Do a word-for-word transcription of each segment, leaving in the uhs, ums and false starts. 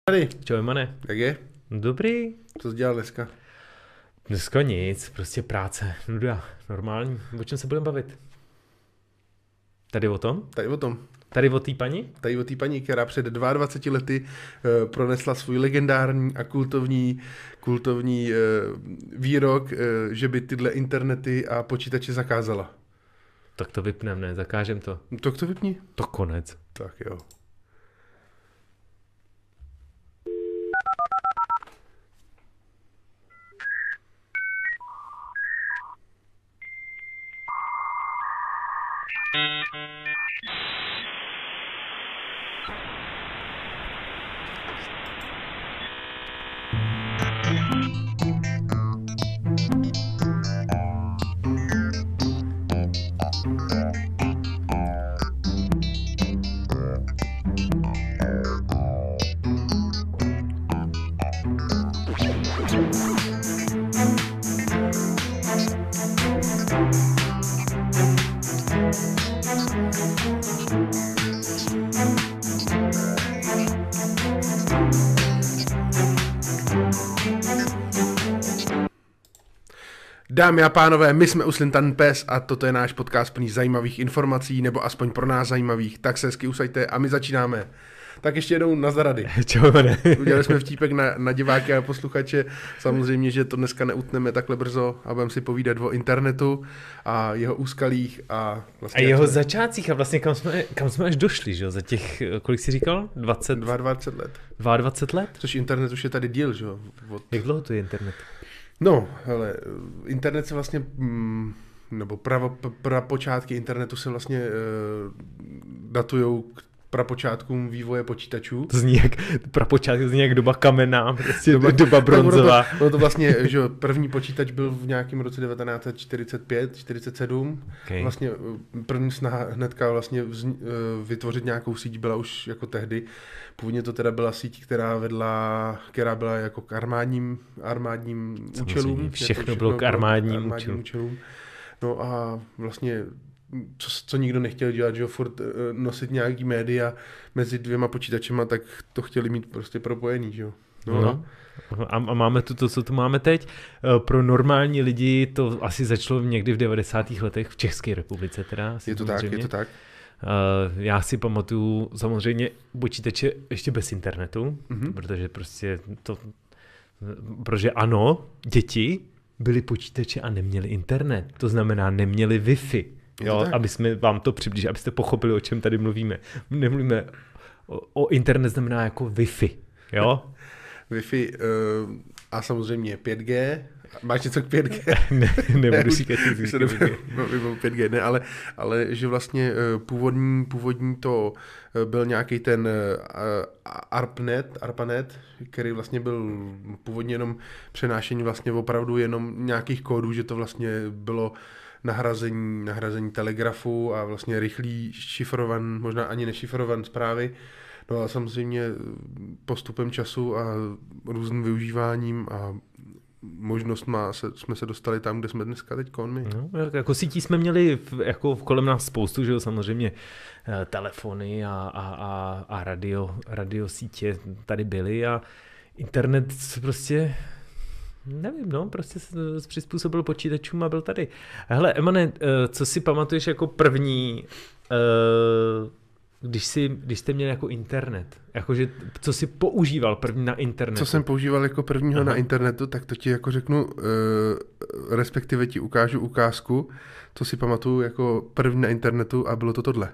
Tady. Čau, Mane. Jak je? Dobrý. Co jsi dělal dneska? Dneska nic, prostě práce, nuda, normální. O čem se budeme bavit? Tady o tom? Tady o tom. Tady o té paní? Tady o té paní, která před dvaceti dvěma lety uh, pronesla svůj legendární a kultovní, kultovní uh, výrok, uh, že by tyhle internety a počítače zakázala. Tak to vypneme, ne? Zakážem to. No, tak to vypni. To konec. Tak jo. Dámy a pánové, my jsme Uslintan Pes a toto je náš podcast plný zajímavých informací, nebo aspoň pro nás zajímavých, tak se hezky usaďte a my začínáme. Tak ještě jednou na zarady. Čau, Mane. Udělali jsme vtípek na, na diváky a posluchače, samozřejmě, že to dneska neutneme takhle brzo a budeme si povídat o internetu a jeho úskalích a vlastně... A jeho jsme... začátcích a vlastně kam jsme, kam jsme až došli, že jo, za těch, kolik jsi říkal? dvacet dvacet let. dvacet let? Což internet už je tady díl, že jo. Od... Jak dlouho to je internet? No, hele, internet se vlastně, nebo pravo, prapočátky internetu se vlastně e, datujou k prapočátkům vývoje počítačů. To zní jak, prapočátky zní jak doba kamenná, prostě doba, doba bronzová. Ono to, ono to vlastně, že první počítač byl v nějakém roce devatenáct set čtyřicet pět čtyřicet sedm. Okay. Vlastně první snaha hnedka vlastně vz, vytvořit nějakou síť byla už jako tehdy. Původně to teda byla síť, která vedla, která byla jako k armádním, armádním účelům. Všechno, všechno bylo k armádním, armádním účelům. účelům. No a vlastně co, co nikdo nechtěl dělat, že jo, furt nosit nějaký média mezi dvěma počítačema, tak to chtěli mít prostě propojený, že jo. No, no. A, a máme tu to, co tu máme teď. Pro normální lidi to asi začalo někdy v devadesátých letech v České republice teda. Je to tak, je to tak. Já si pamatuju samozřejmě počítače ještě bez internetu, mm-hmm. protože prostě to, protože ano, děti byly počítače a neměli internet, to znamená neměli Wi-Fi. Jo, aby jsme vám to přiblížili, abyste pochopili, o čem tady mluvíme. Nemluvíme o, o internet, znamená jako Wi-Fi, jo? Wi-Fi uh, a samozřejmě pět G. Máš něco k pět G? ne, nebudu říkat nic k pět G. Ne, ale, ale že vlastně uh, původní, původní to uh, byl nějaký ten uh, ARPANET, ARPANET, který vlastně byl původně jenom přenášení vlastně opravdu jenom nějakých kódů, že to vlastně bylo nahrazení, nahrazení telegrafu a vlastně rychlý šifrovan, možná ani nešifrovan zprávy. No a samozřejmě postupem času a různým využíváním a možnostma se, jsme se dostali tam, kde jsme dneska teď my. No, jako sítí jsme měli v, jako v kolem nás spoustu, že jo, samozřejmě telefony a, a, a, a radio, radio sítě tady byly a internet prostě... Nevím, no, prostě se přizpůsobil počítačům a byl tady. Hele, Emane, co si pamatuješ jako první, když, jsi, když jste měli jako internet? Jakože, co jsi používal první na internetu? Co jsem používal jako prvního Aha. na internetu, tak to ti jako řeknu, respektive ti ukážu ukázku, co si pamatuju jako první na internetu a bylo to tohle.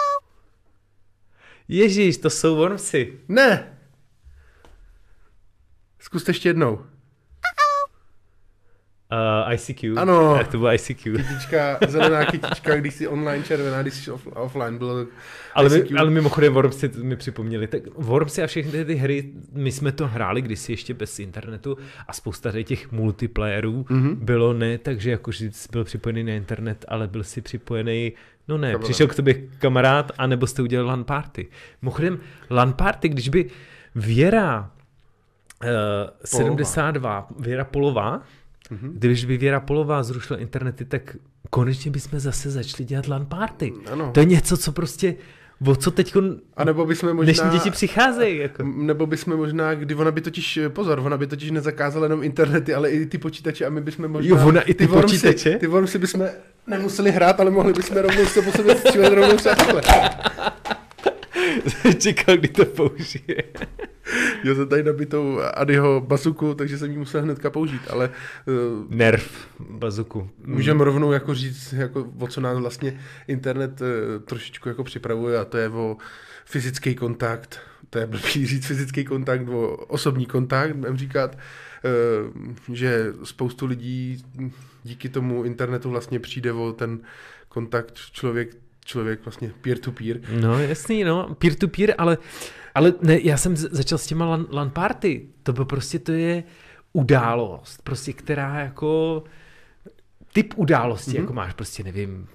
Ježíš, to jsou Wormsy. Ne! Zkuste ještě jednou. Uh, I C Q. Ano. Tak to bylo I C Q. Kytička, zelená kytička, když jsi online, červená, když jsi off, offline, bylo ale, my, ale mimochodem Wormsy mi připomněli. Tak Wormsy a všechny ty, ty hry, my jsme to hráli kdysi ještě bez internetu a spousta těch multiplayerů mm-hmm. bylo ne, takže jakože jsi byl připojený na internet, ale byl si připojený, no ne, kamarád. Přišel k tobě kamarád, anebo jste udělali LAN party. Mimochodem LAN party, když by Věra uh, sedmdesát dva, Věra Polová, mm-hmm. Když by Věra Polová zrušila internety, tak konečně bychom zase začali dělat LAN party. Ano. To je něco, co prostě o co teďko a nebo bychom možná, dnešní děti přicházejí. Jako. Nebo bychom možná, kdy ona by totiž, pozor, ona by totiž nezakázala jenom internety, ale i ty počítače a my bychom možná... Jo, ona i ty, ty počítače? Wormsy, ty Wormsy bychom nemuseli hrát, ale mohli bychom rovnou se po sobě střílet rovnou třeba takhle. Čekal, kdy to použije. Já jsem tady nabitou Adyho bazuku, takže jsem ji musel hnedka použít, ale... Uh, Nerv bazuku. Můžeme rovnou jako říct, jako, o co nás vlastně internet uh, trošičku jako připravuje, a to je o fyzický kontakt, to je blbý říct fyzický kontakt, o osobní kontakt, budeme říkat, uh, že spoustu lidí díky tomu internetu vlastně přijde o ten kontakt člověk člověk vlastně peer-to-peer. No jasný, no, peer-to-peer, ale, ale ne, já jsem začal s těma LAN, LAN party. To bylo prostě, to je událost, prostě, která jako typ události, mm-hmm. jako máš prostě, nevím,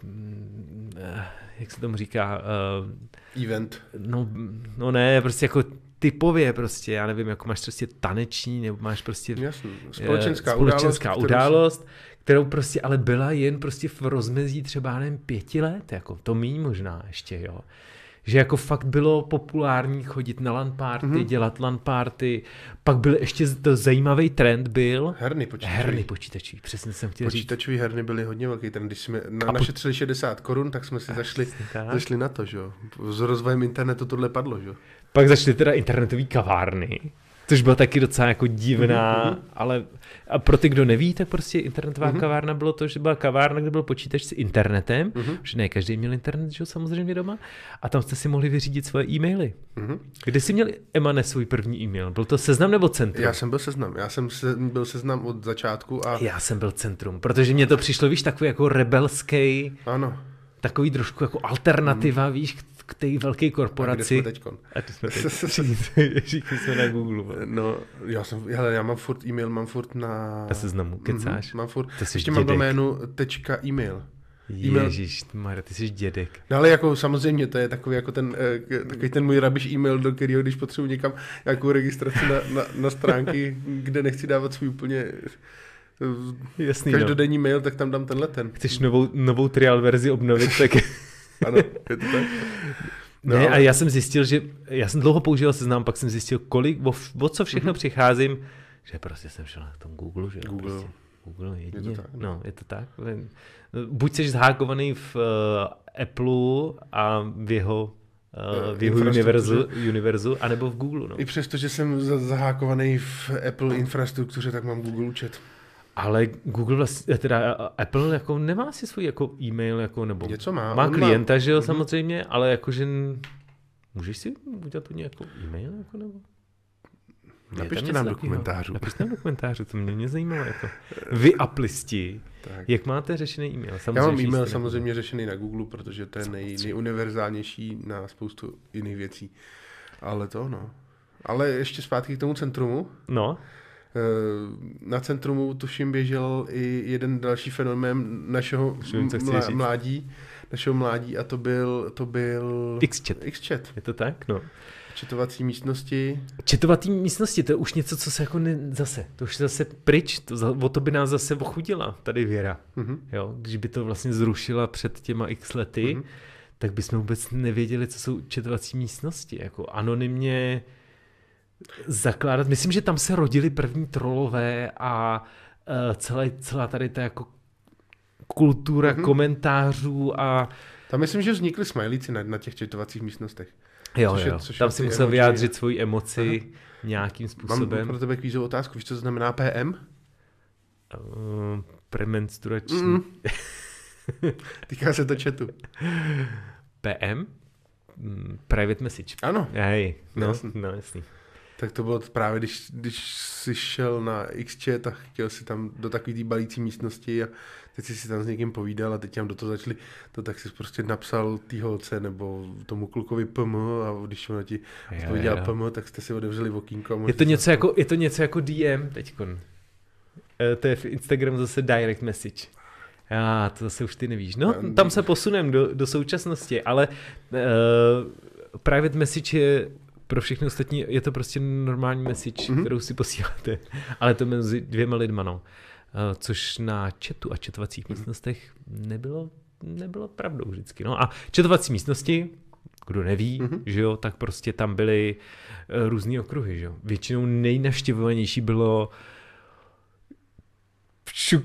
jak se tomu říká? Uh, Event. No, no ne, prostě jako typově prostě, já nevím, jako máš prostě taneční, nebo máš prostě Jasný. Společenská, společenská událost, událost, kterou prostě ale byla jen prostě v rozmezí třeba nevím pěti let, jako to míň možná ještě, jo. Že jako fakt bylo populární chodit na LAN party, mm-hmm. dělat LAN party, pak byl ještě to zajímavý trend byl... Herny počítačový. Herny počítačový, přesně jsem chtěl říct. Počítačový herny byly hodně velký trend, když jsme na, našetřili šedesát korun, tak jsme si zašli, zašli na to, že jo. S rozvojem internetu tohle padlo, že jo. Pak začaly teda internetové kavárny, což byla taky docela jako divná, mm-hmm. ale a pro ty, kdo neví, tak prostě internetová mm-hmm. kavárna bylo to, že byla kavárna, kde byl počítač s internetem, mm-hmm. že ne každý měl internet, že jo, samozřejmě doma, a tam jste si mohli vyřídit svoje e-maily. Mm-hmm. Kde jsi měl, Emane, svůj první e-mail? Byl to Seznam nebo Centrum? Já jsem byl Seznam, já jsem se, byl Seznam od začátku a... Já jsem byl Centrum, protože mně to přišlo, víš, takový jako rebelský, ano. Takový trošku jako alternativa, mm. víš, k té velké korporaci. A kde jsme teďkon? A kde jsme teď? Říkali jsme na Google. No, já jsem, hele, já mám furt e-mail, mám furt na... Na Seznamu, kecáš? Mm-hmm, mám furt, to ještě mám doménu tečka e-mail. Ježíš, Mara, ty jsi dědek. No ale jako samozřejmě to je takový jako ten, takový ten můj rabiš e-mail, do kterého když potřebuji někam nějakou registraci na, na, na stránky, kde nechci dávat svůj úplně... Jasný, každodenní no. mail, tak tam dám tenhle ten. Chceš novou, novou trial verzi obnovit, tak... Ano, je to tak. No. Ne, a já jsem zjistil, že já jsem dlouho používal Seznam, pak jsem zjistil, kolik, o, o co všechno mm-hmm. přicházím, že prostě jsem šel na tom Google, že Google. Prostě, Google jedině. Je to tak, no. no, je to tak. Buď jsi zhákovaný v uh, Apple a v jeho Uh, v jeho univerzu, univerzu, anebo v Google. No. I přesto, že jsem zahákovaný v Apple infrastruktuře, tak mám Google účet. Ale Google vlastně, teda Apple jako nemá si svůj jako e-mail, jako, nebo něco má. Má klienta, má... že jo, samozřejmě, ale jakože můžeš si udělat tu nějakou e-mail, jako, nebo? Napište nám do komentářů. Napište nám do komentářů, to mě, mě zajímalo. Jako. Vy Appleisti, jak máte řešený e-mail? Samozřejmě Já mám e-mail samozřejmě řešený na Google, protože to je nej, nejuniverzálnější na spoustu jiných věcí. Ale to no. Ale ještě zpátky k tomu centrumu. No. Na centrumu tuším běžel i jeden další fenomén našeho mlá, mládí, našeho mládí a to byl, to byl Xchat. Xchat. Je to tak? No. Četovací místnosti. Četovací místnosti, to je už něco, co se jako ne, zase, to už zase pryč, to, o to by nás zase ochudila tady Věra. Mm-hmm. Jo, když by to vlastně zrušila před těma x lety, mm-hmm. tak bychom vůbec nevěděli, co jsou četovací místnosti. Jako anonymně zakládat. Myslím, že tam se rodili první trolové a uh, celá, celá tady ta jako kultura mm-hmm. komentářů a... Tam myslím, že vznikly smajlíci na, na těch četovacích místnostech. Jo, což je, jo. Tam si musel emoji... vyjádřit svoji emoci Aha. nějakým způsobem. Mám pro tebe kvízovou otázku. Víš, co to znamená P M? Uh, premenstruační. Mm. Týká se to chatu. P M? Private message. Ano. Hej, no, jasný. no jasný. Tak to bylo právě, když, když jsi šel na Xchat a chtěl si tam do takové té balící místnosti a teď jsi si tam s někým povídal a teď tam do toho začali, to tak jsi prostě napsal tý holce nebo tomu klukovi P M a když ona ti odpověděl P M, tak jste si otevřeli okýnko. Je to něco jako, je to něco jako D M teďkon. E, to je v Instagramu zase direct message. Já, to zase už ty nevíš. No, tam se posunem do, do současnosti, ale uh, private message je pro všechny ostatní, je to prostě normální message, mm-hmm. kterou si posíláte, ale to mezi dvěma lidma, no. Uh, což na chatu a chatovacích mm-hmm. místnostech nebylo, nebylo pravdou vždycky. No a chatovací místnosti, kdo neví, mm-hmm. že jo, tak prostě tam byly uh, různý okruhy, že jo. Většinou nejnavštěvovanější bylo Šuk...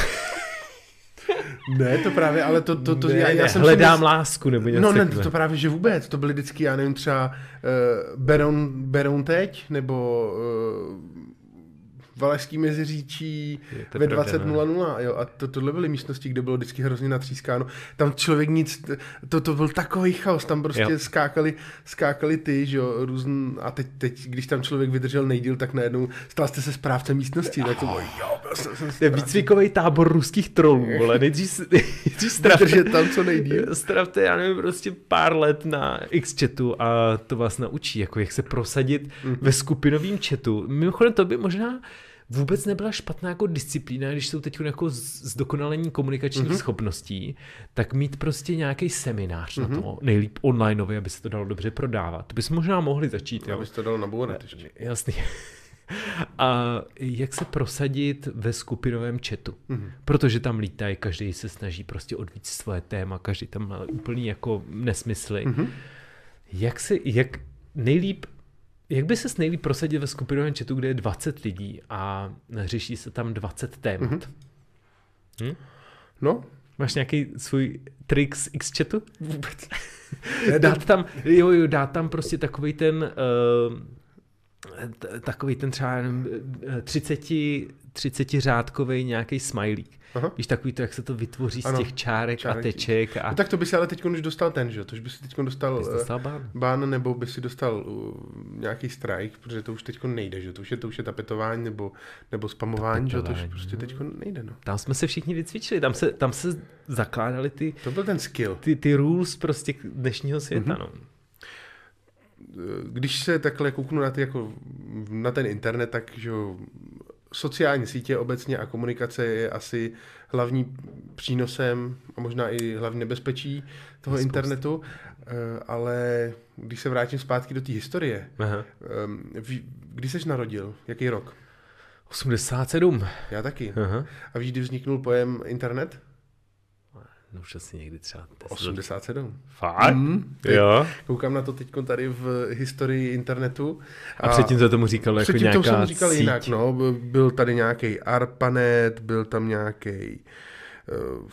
Ne, to právě, ale to, to, to ne, já, já ne, jsem hledám mysl... lásku, nebo něco No ne, takové. to právě, že vůbec, to byly vždycky, já nevím, třeba uh, Beroun, Beroun teď, nebo uh, Valašský Meziříčí ve dvacet nula nula, jo, a to, tohle byly místnosti, kde bylo vždycky hrozně natřískáno. Tam člověk nic, to, to byl takový chaos, tam prostě jo. skákali, skákali ty, že jo, různ, a teď, teď, když tam člověk vydržel nejdýl, tak najednou stal jste se správcem místnosti, tak to bylo, jo, byl jsem, jsem to je výcvikový tábor ruských trolů, vole, nejdřív, nejdřív stravte, tam co nejdýl. Stravte, já nevím, prostě pár let na X-chatu a to vás naučí, jako jak se prosadit mm-hmm. ve skupinovém chatu. Mimochodem, to by možná vůbec nebyla špatná jako disciplína, když jsou teď jako zdokonalení komunikačních mm-hmm. schopností, tak mít prostě nějaký seminář mm-hmm. na to, nejlíp onlineový, aby se to dalo dobře prodávat. To bys možná mohli začít. Aby se to dalo nabourat ještě. Jasný. A jak se prosadit ve skupinovém chatu. Mm-hmm. Protože tam lítají, každý se snaží prostě odvíct svoje téma, každý tam má úplný jako nesmysly. Mm-hmm. Jak se, jak nejlíp Jak by ses nejlíp prosadil ve skupinovém chatu, kde je dvacet lidí a řeší se tam dvacet témat? Mm-hmm. Hm? No. Máš nějaký svůj trik z X-chatu? Vůbec. dát tam, jo, jo, dát tam prostě takovej ten, uh, t- takovej ten třeba třicet řádkovej nějaký smajlík. Aha. Víš, takový to, jak se to vytvoří ano, z těch čárek čárek. a teček. A... No tak to by si ale teď už dostal ten, že jo? To už by si teď dostal, dostal bán. bán, nebo by si dostal uh, nějaký strike, protože to už teď nejde, že jo? To už je, to už je tapetování nebo, nebo spamování, že jo? To už prostě teď nejde, no. Tam jsme se všichni vycvičili, tam se, tam se zakládali ty... To byl ten skill. Ty, ty rules prostě dnešního světa, mm-hmm. no. Když se takhle kouknu na, ty, jako, na ten internet, tak že jo, sociální sítě obecně a komunikace je asi hlavní přínosem a možná i hlavní nebezpečí toho Spousta. internetu, ale když se vrátím zpátky do té historie, Aha. kdy jsi narodil? Jaký rok? osmdesát sedm. Já taky. Aha. A víš, kdy vzniknul pojem internet? No už asi někdy třeba... osmdesát sedm. Fakt? Mm, jo. Koukám na to teď tady v historii internetu. A, a předtím to tomu říkalo jako nějaká Předtím to jsem říkal síť. Jinak, no. Byl tady nějaký ARPANET, byl tam nějaký uh,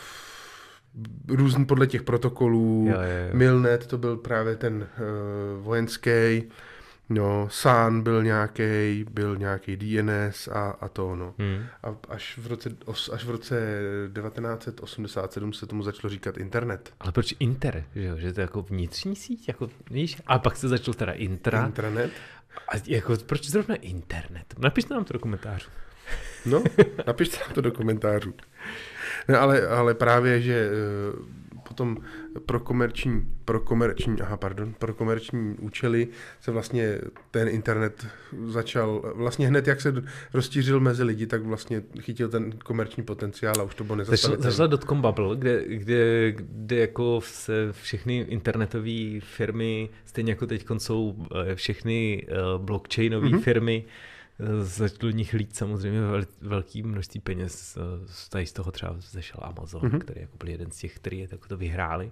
různý podle těch protokolů. Jo, jo, jo. Milnet, to byl právě ten uh, vojenský. No, S A N byl nějaký, byl nějaký D N S a, a to, no. Hmm. A až v roce, až v roce devatenáct set osmdesát sedm se tomu začalo říkat internet. Ale proč inter, že jo? Že to je jako vnitřní síť, jako, víš? A pak se začalo teda intra. Intranet. A jako, proč zrovna internet? Napište nám to do komentářů. No, napište nám to do komentářů. No, ale, ale právě, že potom pro komerční, pro komerční, aha, pardon, pro komerční účely se vlastně ten internet začal, vlastně hned jak se rozšířil mezi lidi, tak vlastně chytil ten komerční potenciál a už to bylo nezastavitelné. Začala dotcom bubble, kde, kde, kde jako se všechny internetové firmy, stejně jako teď jsou všechny blockchainové mm-hmm. firmy, začalo do nich lít samozřejmě vel, velký množství peněz. Tady z toho třeba zešel Amazon, mm-hmm. který jako byl jeden z těch, který je to vyhráli.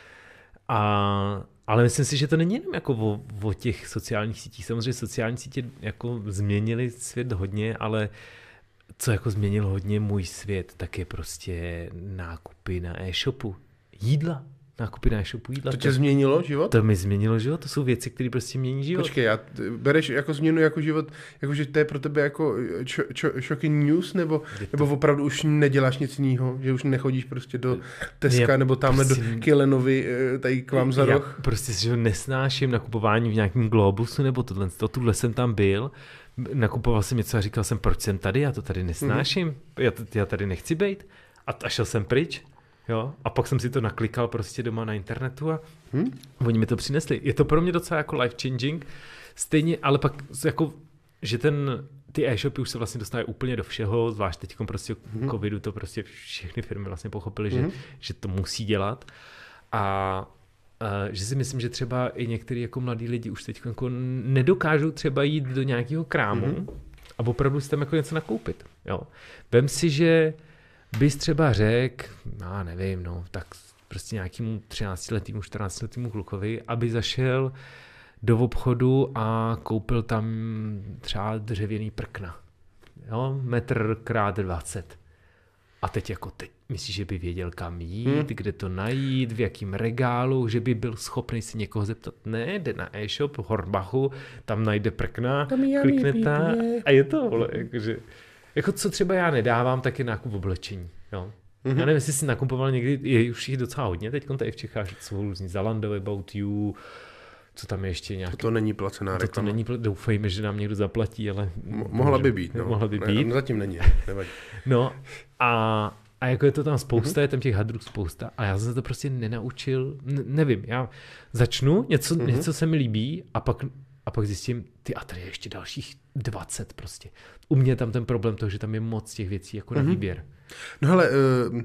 A, ale myslím si, že to není jenom jako o, o těch sociálních sítích. Samozřejmě sociální sítě jako změnily svět hodně, ale co jako změnilo hodně můj svět, tak je prostě nákupy na e-shopu. Jídla. Nákupy na e-shopu jídla. To tě změnilo život? To mi změnilo život, to jsou věci, které prostě mění život. Počkej, já, bereš jako změnu jako život, jakože to je pro tebe jako čo, čo, shocking news, nebo, nebo opravdu už neděláš nic jiného, že už nechodíš prostě do Teska, já, nebo tamhle prostě, do Kilenovi, tady k vám za roh? Já prostě si ho nesnáším nakupování v nějakém Globusu, nebo tohle, to, tuhle jsem tam byl, nakupoval jsem něco a říkal jsem, proč jsem tady, já to tady nesnáším, mm-hmm. já, já tady nechci bejt a, a šel jsem pryč. Jo? A pak jsem si to naklikal prostě doma na internetu a hmm? oni mi to přinesli. Je to pro mě docela jako life changing, stejně, ale pak jako, že ten, ty e-shopy už se vlastně dostávají úplně do všeho, zvlášť teď prostě hmm. covidu to prostě všechny firmy vlastně pochopily, hmm. že, že to musí dělat a, a že si myslím, že třeba i některý jako mladí lidi už teď jako nedokážou třeba jít do nějakého krámu hmm. a opravdu si tam jako něco nakoupit. Jo? Vem si, že bys třeba řekl, no nevím, no, tak prostě nějakému třináctiletýmu, čtrnáctiletýmu klukovi, aby zašel do obchodu a koupil tam třeba dřevěný prkna. Jo, metr krát dvacet. A teď jako teď, myslíš, že by věděl, kam jít, hmm. kde to najít, v jakém regálu, že by byl schopný si někoho zeptat? Ne, jde na e-shop v Hornbachu, tam najde prkna, klikne tam a je to, vole, jakože, jako co třeba já nedávám, tak je nákup oblečení, jo. Mm-hmm. Já nevím, jestli jsi nakupoval někdy, je už jich docela hodně, teď tady v Čechách jsou různý Zalando, About You, co tam je ještě nějaký. To není placená reklama. To, to není, doufejme, že nám někdo zaplatí, ale... Mo- mohla by být, no. Mohla by být. Ne, zatím není, nevadí. No a, a jako je to tam spousta, mm-hmm. je tam těch hadrů spousta a já jsem se to prostě nenaučil, ne, nevím, já začnu, něco, mm-hmm. něco se mi líbí a pak, a pak zjistím, ty a tady je ještě dalších dvacet prostě. U mě je tam ten problém toho, že tam je moc těch věcí jako mm-hmm. na výběr. No hele, uh...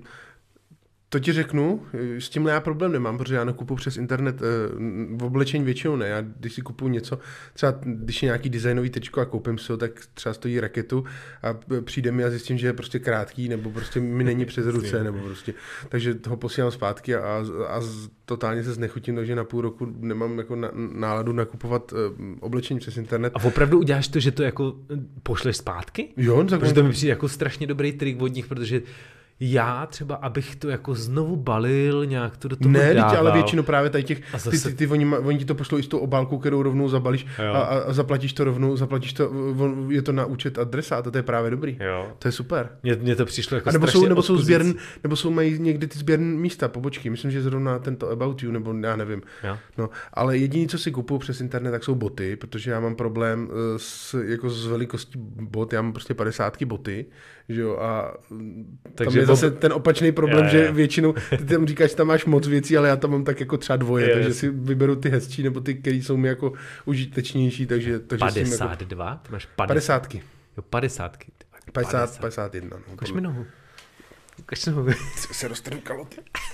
to ti řeknu, s tímhle já problém nemám, protože já nakupuji přes internet v oblečení většinou ne. Já když si kupuju něco, třeba když je nějaký designový tričko a koupím si ho, tak třeba stojí raketu a přijde mi a zjistím, že je prostě krátký, nebo prostě mi není přes ruce, nebo prostě, takže ho posílám zpátky a, a, a totálně se znechutím, takže na půl roku nemám jako na, náladu nakupovat oblečení přes internet. A opravdu uděláš to, že to jako pošleš zpátky? Jo, tak protože to mi přijde jako strašně dobrý trik od nich, protože já třeba, abych to jako znovu balil, nějak to do toho ne, dával. Ne, ale většinou právě tady těch, zase... ty, ty, ty, oni, oni ti to pošlou i s tou obálkou, kterou rovnou zabalíš a, a zaplatíš to rovnou, zaplatíš to, je to na účet adresát a to je právě dobrý. Jo. To je super. Mně, mně to přišlo jako a nebo strašně jsou, nebo jsou sběrn, nebo jsou mají někdy ty sběrné místa, pobočky, myslím, že zrovna tento About You, nebo já nevím. Jo. No, ale jediné, co si kupuju přes internet, tak jsou boty, protože já mám problém s, jako s velikostí bot, já mám prostě padesátky boty, že jo, a takže tam je zase ten opačný problém, je, je. že většinou, ty tam říkáš, tam máš moc věcí, ale já tam mám tak jako třeba dvoje, je, takže je. si vyberu ty hezčí, nebo ty, které jsou mi jako užitečnější, takže... takže padesát dva? Jako... Ty máš padesát. padesátky. Jo, padesátky. padesát, padesát jedna. No, ukaž mi nohu. Ukaž mi nohu. Se roztrhu kaloty.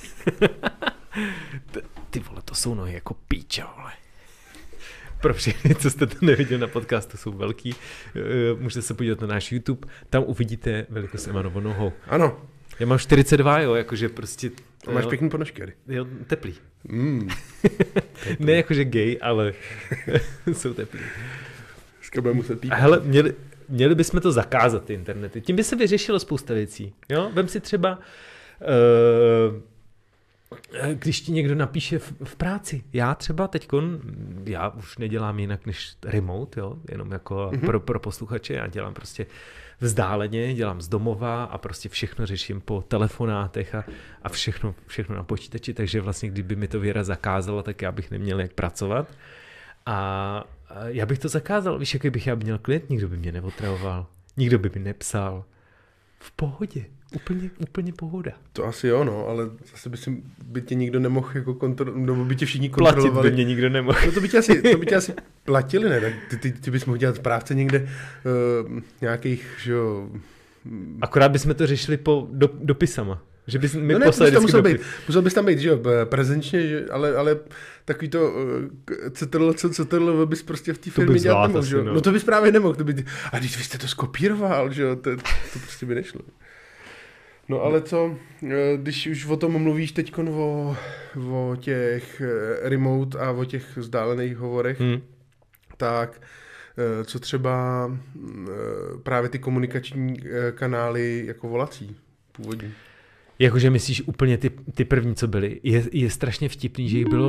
Ty vole, to jsou nohy jako píče, vole. Pro všechny, co jste to neviděli na podcastu, jsou velký. Můžete se podívat na náš YouTube, tam uvidíte velikost Emanovou nohou. Ano. Já mám čtyřicet dva, jo, jakože prostě... To máš jo, pěkný ponožky. Jo, teplý. Mm. Ne jakože gay, ale jsou teplý. Dneska budeme muset pít. Hele, měli, měli bychom to zakázat, ty internety. Tím by se vyřešilo spousta věcí. Jo, vem si třeba... Uh, když ti někdo napíše v, v práci. Já třeba teďkon, já už nedělám jinak než remote, jo, jenom jako mm-hmm. pro, pro posluchače, já dělám prostě vzdáleně, dělám z domova a prostě všechno řeším po telefonátech a, a všechno, všechno na počítači, takže vlastně kdyby mi to Věra zakázala, tak já bych neměl jak pracovat. A, a já bych to zakázal, víš, jaký bych já měl klient, nikdo by mě neotravoval, nikdo by mi nepsal. V pohodě. Úplně, úplně pohoda. To asi jo, no, ale zase by, si, by tě nikdo nemohl jako kontrolovat, nebo by tě všichni kontrolovali. Platit by mě nikdo nemohl. No to by tě asi, to by tě asi platili, ne? Tak ty, ty, ty bys mohl dělat správce někde uh, nějakých, že jo... Akorát bychom to řešili po do, dopisama. Že bys mi no ne, poslali musel, dopis. být, musel bys tam být, že jo, prezenčně, že, ale, ale takový to C T L, co C T L bys prostě v té firmě dělat nemohl, že jo. No. no to bys právě nemohl, to by, a když vy jste to skopíroval, že jo, to, to prostě by nešlo. No ale co, když už o tom mluvíš teď o, o těch remote a o těch vzdálených hovorech, hmm. tak co třeba právě ty komunikační kanály jako volací původní? Jakože myslíš úplně ty, ty první, co byly. Je, je strašně vtipný, že jich bylo...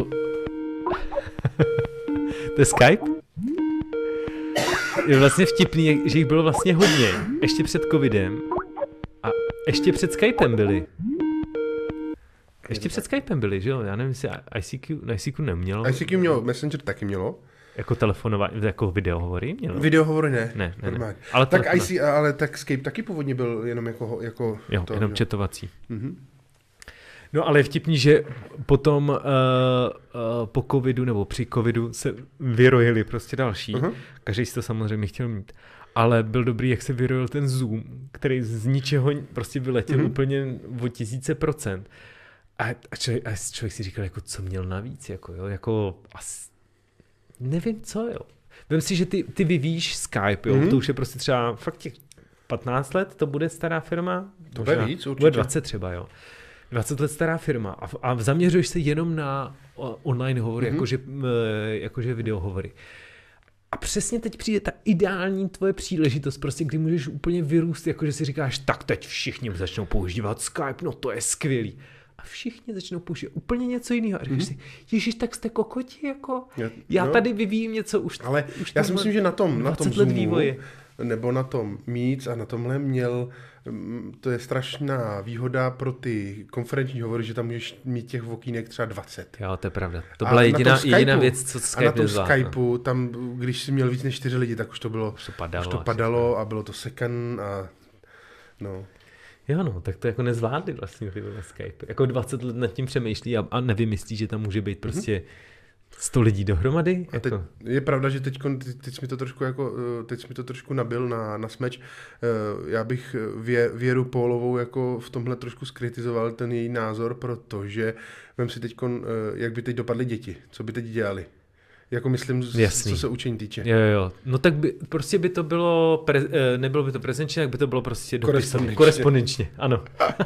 To je Skype? Je vlastně vtipný, že jich bylo vlastně hodně. Ještě před covidem. A ještě před Skypem byli. Ještě před Skypem byli, že jo? Já nevím, jestli I C Q, I C Q nemělo. I C Q mělo, Messenger taky mělo. Jako telefonová, jako videohovory mělo? Videohovory ne. Ne, ne, ne. Ale tak I C, ale tak Skype taky původně byl jenom jako... jako jo, to, jenom jo. chatovací. Mm-hmm. No ale je vtipný, že potom uh, uh, po covidu nebo při covidu se vyrojili prostě další. Uh-huh. Každý si to samozřejmě chtěl mít. Ale byl dobrý, jak se vyrojil ten Zoom, který z ničeho prostě vyletěl mm-hmm. úplně o tisíce procent. A, a, člověk, a člověk si říkal, jako, co měl navíc, jako, jo, jako, as, nevím co, jo. Vem si, že ty, ty vyvíjíš Skype, jo, mm-hmm. to už je prostě třeba fakt těch patnáct let, to bude stará firma. To bude víc, určitě. Bude dvacet třeba, jo. dvacet let stará firma a, a zaměřuješ se jenom na online hovory, mm-hmm. jakože, jakože videohovory. A přesně teď přijde ta ideální tvoje příležitost, prostě kdy můžeš úplně vyrůst, jakože si říkáš, tak teď všichni začnou používat Skype, no to je skvělý. A všichni začnou používat úplně něco jiného. A říkáš mm-hmm. si, ježiš, tak jste kokoti, jako já no. tady vyvíjím něco už. Ale už já si myslím, že na tom, na tom Zoomu, vývoje. nebo na tom Meets a na tomhle měl, to je strašná výhoda pro ty konferenční hovory, že tam můžeš mít těch okýnek třeba dvacet. Jo, to je pravda. To byla jediná, Skypeu, jediná věc, co Skype A na tom nezvládl. Skypeu, tam, když jsi měl víc než čtyři lidi, tak už to bylo, už to padalo, už to padalo a bylo to sekan a no. Jo, no, tak to jako nezvládli vlastně na Skype. Jako dvacet let nad tím přemýšlí a, a nevymyslí, že tam může být prostě sto lidí dohromady. A teď, jako. Je pravda, že teď, teď jsi mi to trošku, jako, teď jsi mi to trošku nabil na, na smeč. Já bych vě, Věru Pólovou jako v tomhle trošku skritizoval ten její názor, protože vem si teď, jak by teď dopadly děti, co by teď dělali. Jako myslím, Jasný. co se učení týče. Jo, jo. No tak by, prostě by to bylo, pre, nebylo by to prezenčně, jak by to bylo prostě dopisem. Korespondenčně, ano.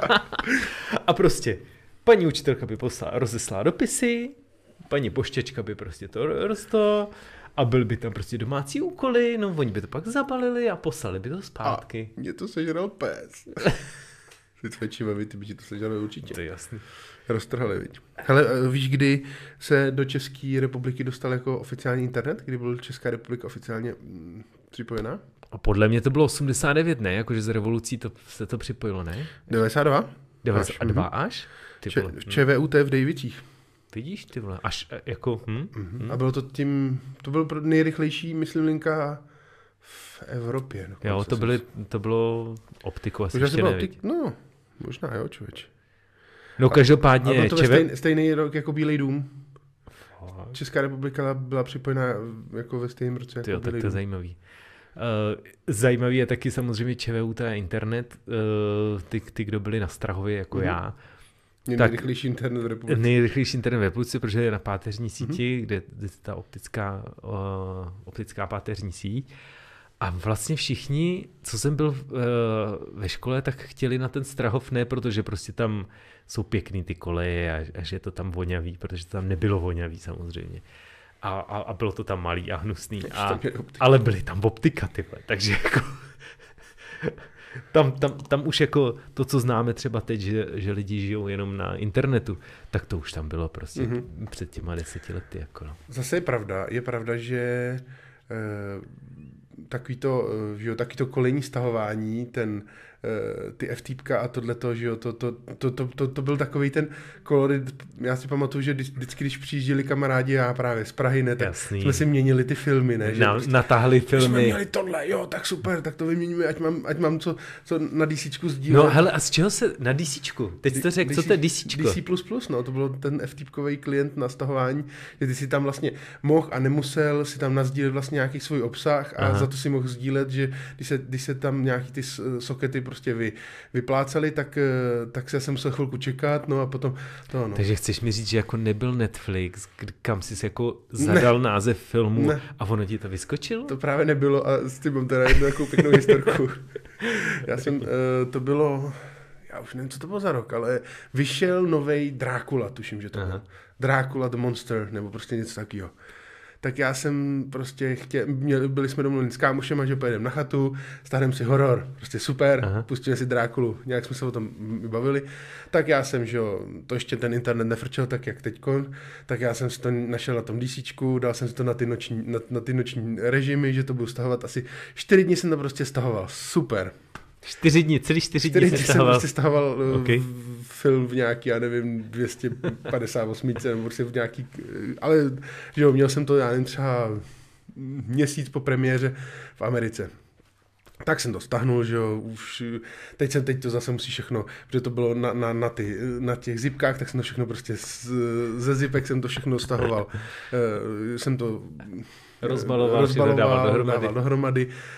A prostě paní učitelka by poslala, rozeslala dopisy, paní poštěčka by prostě to rozto a byly by tam prostě domácí úkoly, no oni by to pak zabalili a poslali by to zpátky. A mě to sežral pes. Ty tvé čivavy, ty by ti to sežrali určitě. To je jasný. Roztrhali, viď. Hele, víš, kdy se do České republiky dostal jako oficiální internet? Kdy byl Česká republika oficiálně mm, připojená? A podle mě to bylo osmdesát devět, ne? Jakože z revolucí to, se to připojilo, ne? devadesát dva? devadesát dva až? Ty Č- v ČVUT v Dejvicích. Vidíš, ty vole, až jako... Hm? Mm-hmm. A bylo to tím, to byl nejrychlejší, myslím, linka v Evropě. Jo, to, byly, to bylo optiku asi ještě nevědět. Optik? No, možná jo, člověč. No každopádně... A byl to ČV... stejný, stejný rok jako Bílej dům. Fakt. Česká republika byla připojená jako ve stejném roce jako Tyjo, Bílej tak to je dům. zajímavý. Uh, zajímavý je taky samozřejmě ČVUT a internet. Uh, ty, ty, kdo byli na Strahově jako mm-hmm. já. Je nejrychlejší internet v republice. Nejrychlejší internet v republice, protože je na páteřní síti, mm-hmm. kde je ta optická, uh, optická páteřní síť. A vlastně všichni, co jsem byl uh, ve škole, tak chtěli na ten Strahov, ne protože prostě tam jsou pěkný ty koleje a, a že je to tam vonavý, protože to tam nebylo vonavý samozřejmě. A, a, a bylo to tam malý a hnusný. A, ale byly tam optika, tyhle, takže jako... Tam, tam, tam už jako to, co známe třeba teď, že, že lidi žijou jenom na internetu, tak to už tam bylo prostě mm-hmm. před těma deseti lety. Jako no. Zase je pravda, je pravda, že e, takový to, že taky to kolejní stahování, ten, e, ty F-typka a tohleto, že jo, to, to, to, to, to, to byl takový ten kolorit, já si pamatuju, že vždycky, když přijížděli kamarádi a právě z Prahy, ne, tak Jasný. jsme si měnili ty filmy, ne, že Na, prostě, natáhli filmy. Jsme měli tohle, jo, tak super, tak to vyměníme, ať mám, ať mám co, co na DCčku sdílet. No hele, a z čeho se, na DCčku, teď jsi řekl, co to je DCčko? D C plus plus, no, to bylo ten F-typkový klient na stahování, že ty si tam vlastně mohl a nemusel si tam nasdílet vlastně nějaký svůj obsah a Aha. za to si mohl sdílet, že když se, když se tam nějaký ty sokety prostě vy, vypláceli, tak, tak se jsem musel chvilku čekat, no a potom to, no. Takže chceš mi říct, že jako nebyl Netflix, kam jsi jako zadal ne. název filmu ne. a ono ti to vyskočilo? To právě nebylo a s tím mám teda jednu takovou pěknou historku. Já jsem, to bylo, já už nevím, co to bylo za rok, ale vyšel novej Drákula, tuším, že to byl. Drákula the Monster, nebo prostě něco takového. Tak já jsem prostě chtěl, měli, byli jsme domluveni s kámošema, že pojedeme na chatu, stáhneme si horor, prostě super, Aha. pustíme si Drákulu, nějak jsme se o tom bavili. Tak já jsem, že jo, to ještě ten internet nefrčel tak, jak teďkon, tak já jsem si to našel na tom DCčku, dal jsem si to na ty noční, na, na ty noční režimy, že to budu stahovat asi čtyři dny jsem to prostě stahoval, super. Čtyři dny, celý čtyři, čtyři dny jsem stahoval. Prostě stahoval okay. film v nějaký, já nevím, dvě stě padesát osm, nebo prostě v nějaký, ale že jo, měl jsem to, já nevím, třeba měsíc po premiéře v Americe. Tak jsem to stahnul, že jo, už, teď jsem, teď to zase musí všechno, protože to bylo na, na, na, ty, na těch zipkách, tak jsem to všechno prostě z, ze zipek jsem to všechno stahoval. jsem to rozbaloval, rozbaloval dával dohromady. Dával dohromady.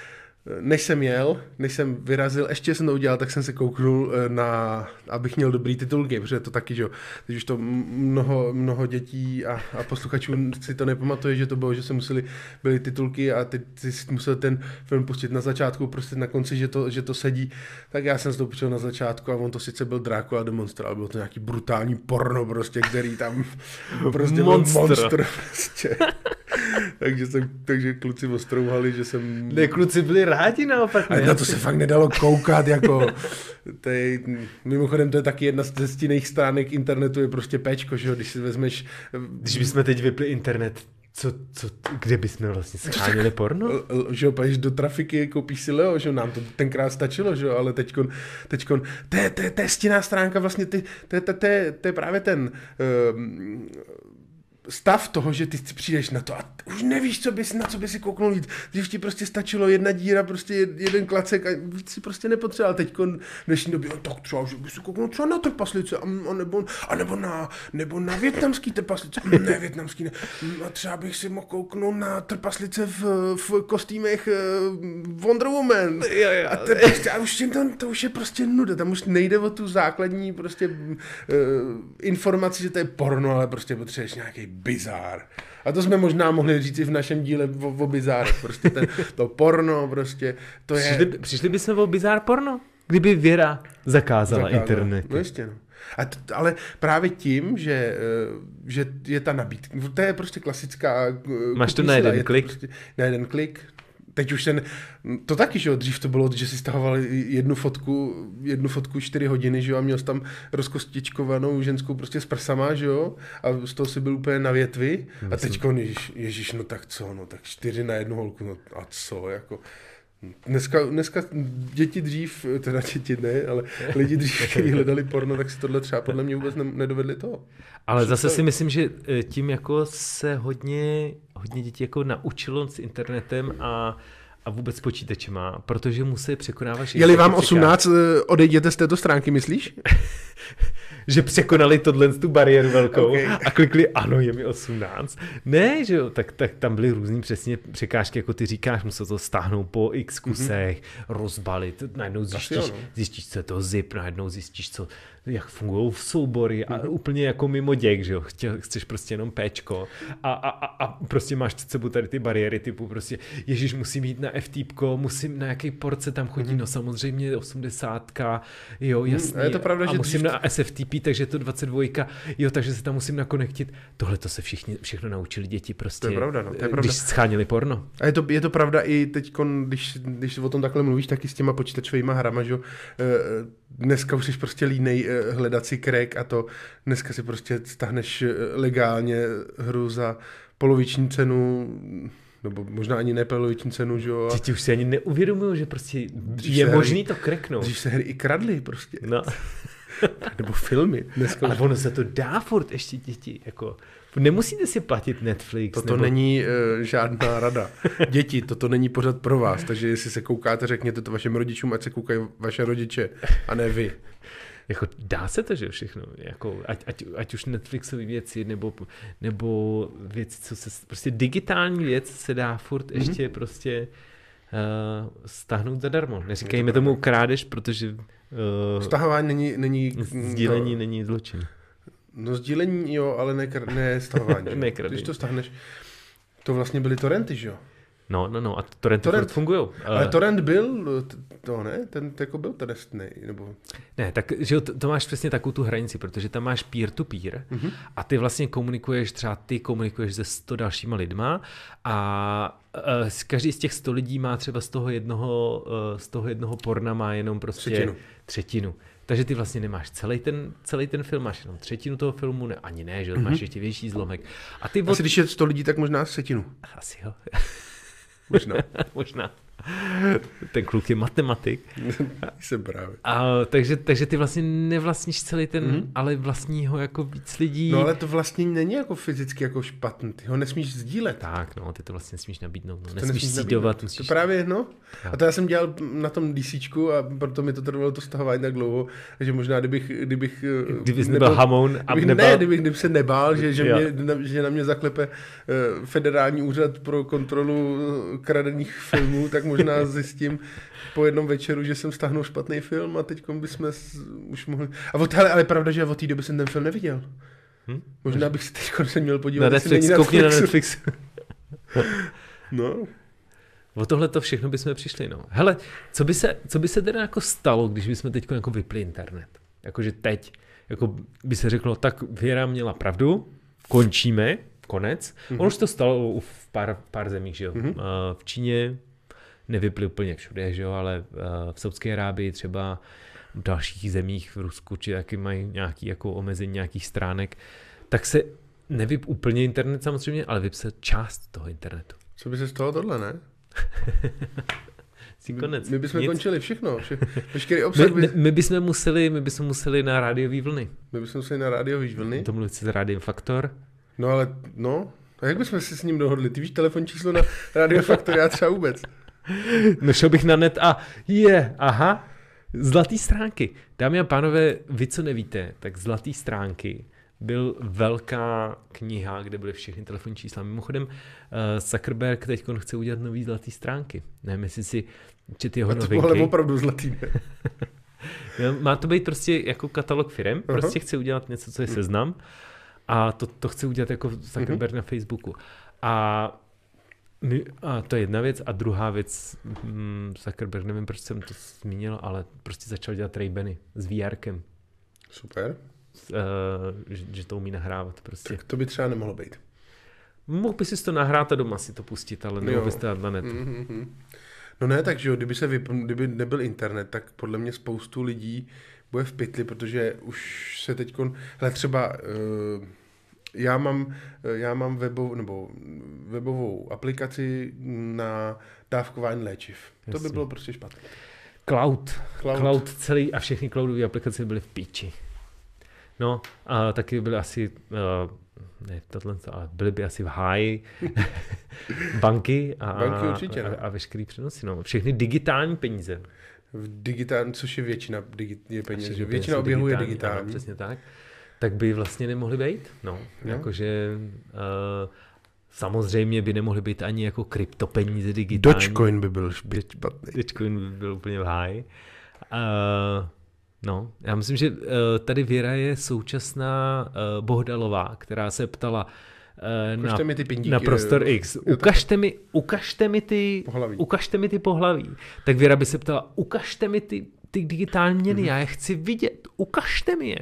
než jsem jel, než jsem vyrazil, ještě jsem to udělal, tak jsem se kouknul na, abych měl dobrý titulky, protože to taky, že jo, teď už to mnoho, mnoho dětí a, a posluchačů si to nepamatuje, že to bylo, že se museli, byly titulky a ty, ty si musel ten film pustit na začátku, prostě na konci, že to, že to sedí, tak já jsem to pustil na začátku a on to sice byl Drácula the Monster, ale bylo to nějaký brutální porno prostě, který tam prostě Monster. byl monster prostě. takže, jsem, takže kluci ostrouhali, že jsem... Ne, kluci byli rádi naopak. Ale na to se fakt nedalo koukat, jako... Tej, mimochodem to je taky jedna z stinných stránek internetu, je prostě péčko, že jo, když si vezmeš... Když bychom teď vypli internet, co, co, kde bychom vlastně schánili porno? Že jo, půjdeš do trafiky, koupíš si Leo, že jo, nám to tenkrát stačilo, že jo, ale teďkon, teďkon, to je, to je, to je stinná stránka vlastně, ty, to, je, to, to, je, to je právě ten... Um, stav toho, že ty přijdeš na to a už nevíš, co bys, na co by si kouknul jít. Když ti prostě stačilo jedna díra, prostě jeden klacek a víc si prostě nepotřeboval. Teď v dnešní době, tak třeba, že by si kouknul třeba na trpaslice, a, a, nebo, a nebo, na, nebo na větnamský trpaslice. Ne, větnamský ne. A třeba bych si mohl kouknout na trpaslice v, v kostýmech Wonder Woman. Jo, jo. A, to, prostě, a už to, to už je prostě nuda. Tam už nejde o tu základní prostě uh, informaci, že to je porno, ale prostě potřebuješ nějaký bizár. A to jsme možná mohli říct i v našem díle o, o bizárech. Prostě ten, to porno, prostě, to je... Přišli, přišli by jsme o bizár porno, kdyby Věra zakázala, zakázala. internet. No jistě, no. A t, ale právě tím, že, že je ta nabídka, to je prostě klasická... Máš to na jeden je klik? Prostě, na jeden klik. Teď už ten, to taky, že jo, dřív to bylo, že si stahoval jednu fotku, jednu fotku čtyři hodiny, že jo, a měl jsi tam rozkostičkovanou ženskou prostě s prsama, že jo, a z toho si byl úplně na větvi. A teďko, ježiš, ježiš, no tak co, no tak čtyři na jednu holku, no a co, jako... Dneska, dneska děti dřív, teda děti ne, ale lidi dřív, kteří hledali porno, tak si tohle třeba podle mě vůbec nedovedli toho. Ale zase si myslím, že tím jako se hodně, hodně dětí jako naučilo s internetem a, a vůbec počítačema, protože musí překonávat... Jeli vám osmnáct, odejděte z této stránky, myslíš? Že překonali tohle tu bariéru velkou okay. a klikli, ano, je mi osmnáct. Ne, že jo, tak, tak tam byly různý přesně překážky, jako ty říkáš, musel to stáhnout po x kusech, mm-hmm. rozbalit, najednou zjistíš, jo, no. zjistíš, co je to zip, najednou zjistíš, co, jak fungují v soubory a mm-hmm. úplně jako mimo děk, že jo, Chtěl, chceš prostě jenom péčko a, a, a, a prostě máš před sebou tady ty bariéry typu prostě, ježiš, musím jít na F T P ko, musím na jaký porce tam chodí, mm-hmm. no samozřejmě osmdesátka, jo, jasný, mm, je to pravda, a že musím dřív... na S F T P, takže je to dvacet dva, jo, takže se tam musím nakonektit. Tohle to se všichni, všechno naučili děti prostě, to je pravda, no, to je pravda. Když schánili porno. A je to, je to pravda i teď, když, když o tom takhle mluvíš, taky s těma počítačovýma hrama, že dneska už jsi prostě línej hledat si crack a to, dneska si prostě stáhneš legálně hru za poloviční cenu, nebo možná ani ne poloviční cenu, že jo. Děti už si ani neuvědomují, že prostě dřív je možný hry, to cracknout. Dřív se hry i kradly prostě. No. Nebo filmy. Dneska ale už... ono se to dá furt ještě děti, jako nemusíte si platit Netflix. Toto nebo... není uh, žádná rada. Děti, toto není pořad pro vás, takže jestli se koukáte, řekněte to vašim rodičům, ať se koukají vaše rodiče, a ne vy. Jako dá se to, že všechno, jako ať, ať, ať už Netflixové věci, nebo, nebo věci, co se, prostě digitální věc se dá furt mm-hmm. ještě prostě uh, stáhnout zadarmo. Neříkejme tomu krádež, protože uh, stahování není, není sdílení no, není zločin. No sdílení jo, ale ne, ne stahování. ne Když to stáhneš, to vlastně byly torrenty, že jo? No, no, no, a torrenty torrent fungují. Ale torrent byl, to ne, ten jako byl trestný, nebo... Ne, tak že to, to máš přesně takovou tu hranici, protože tam máš peer-to-peer mm-hmm. a ty vlastně komunikuješ, třeba ty komunikuješ se sto dalšíma lidma a uh, každý z těch sto lidí má třeba z toho jednoho, uh, z toho jednoho porna má jenom prostě třetinu. třetinu. Takže ty vlastně nemáš celý ten, celý ten film, máš jenom třetinu toho filmu, ne, ani ne, že mm-hmm. máš ještě větší zlomek. A ty od... Asi když je sto lidí, tak možná setinu. Asi jo. Možná. Možná. Ten kluk je matematik. Jsem právě. A, takže, takže ty vlastně nevlastníš celý ten, mm-hmm. ale vlastní ho jako víc lidí. No ale to vlastně není jako fyzicky jako špatný. Ty ho nesmíš sdílet. Tak, no, ty to vlastně nesmíš nabídnout. No. To Nesmíš nesmíš sídovat. Musíš... To právě, no. A to já jsem dělal na tom DCčku a proto mi to trvalo to stahování tak dlouho, že možná kdybych... Kdybych Kdybych nebyl hamoun a kdybych, nebal... Ne, kdybych, kdybych se nebál, že, že, mě, na, že na mě zaklepe uh, federální úřad pro kontrolu kradených filmů, tak možná zjistím po jednom večeru, že jsem stáhnul špatný film a teď bychom už mohli... A od, hele, ale pravda, že od té doby jsem ten film neviděl. Hm? Možná bych si teď se měl podívat, na Netflix, koukni na Netflix. No. O tohle to všechno bychom přišli, no. Hele, co by se, co by se teda jako stalo, když bychom teď jako vypli internet? Jakože teď, jako by se řeklo, tak Věra měla pravdu, končíme, konec. Mm-hmm. Ono už to stalo v pár, pár zemích, že jo. Mm-hmm. V Číně nevypli úplně všude, že jo, ale v Saudské Arábii třeba v dalších zemích, v Rusku, či taky mají nějaký jako omezení nějakých stránek, tak se nevyp úplně internet samozřejmě, ale vypse část toho internetu. Co by se stalo tohle, ne? Konec. My, my bychom Nic. končili všechno. Vše, veškerý obsah my, my, my, bychom museli, my bychom museli na rádiový vlny. My bychom museli na rádiový vlny. To mluvit s Rádiem Faktor. No ale, no, a jak bychom si s ním dohodli? Ty víš telefonní číslo na Rádio Faktor, já třeba vůbec. No šel bych na net a je, aha, Zlatý stránky. Dámy a pánové, vy co nevíte, tak Zlatý stránky byl velká kniha, kde byly všechny telefonní čísla. Mimochodem, uh, Zuckerberg teď chce udělat nový Zlatý stránky. Nevím, jestli si čet jeho novinky. Ale opravdu zlatý, ne? Má to být prostě jako katalog firem, uh-huh. Prostě chce udělat něco, co je Seznam a to, to chce udělat jako Zuckerberg uh-huh. na Facebooku. A, a to je jedna věc. A druhá věc, hm, Zuckerberg, nevím, proč jsem to zmínil, ale prostě začal dělat Ray-Bany s VRkem. Super. Uh, že, že to umí nahrávat prostě. Tak to by třeba nemohlo být. Mohl by si to nahrát a doma si to pustit, ale nemohl bys to dát na netu. Mm-hmm. No ne, takže jo, kdyby, se vyp- kdyby nebyl internet, tak podle mě spoustu lidí bude v pytli, protože už se teďkon, hele třeba uh, já mám, já mám webov, nebo webovou aplikaci na dávkování léčiv. Jasně. To by bylo prostě špatné. Cloud. Cloud. Cloud celý a všechny cloudové aplikace byly v píči. No a taky byly asi, uh, ne tohle, ale byly by asi v háji banky a, banky určitě, a, a veškerý přenosy. No. Všechny digitální peníze. V digitální, což je většina digi- je peněz, Všechny většina oběhu je digitální. Ano, přesně tak. Tak by vlastně nemohly být. No, no. Jakože uh, samozřejmě by nemohly být ani jako kryptopeníze digitální. Dogecoin by byl špatný. Dogecoin by byl úplně v háji. Uh, No, já myslím, že uh, tady Věra je současná uh, Bohdalová, která se ptala uh, na, mi ty pindíky, na Prostor X. Ukažte mi, ukažte mi ty pohlaví. Ukažte mi ty pohlaví. Tak Věra by se ptala, ukažte mi ty, ty digitální měny, mm-hmm. já je chci vidět, ukažte mi je.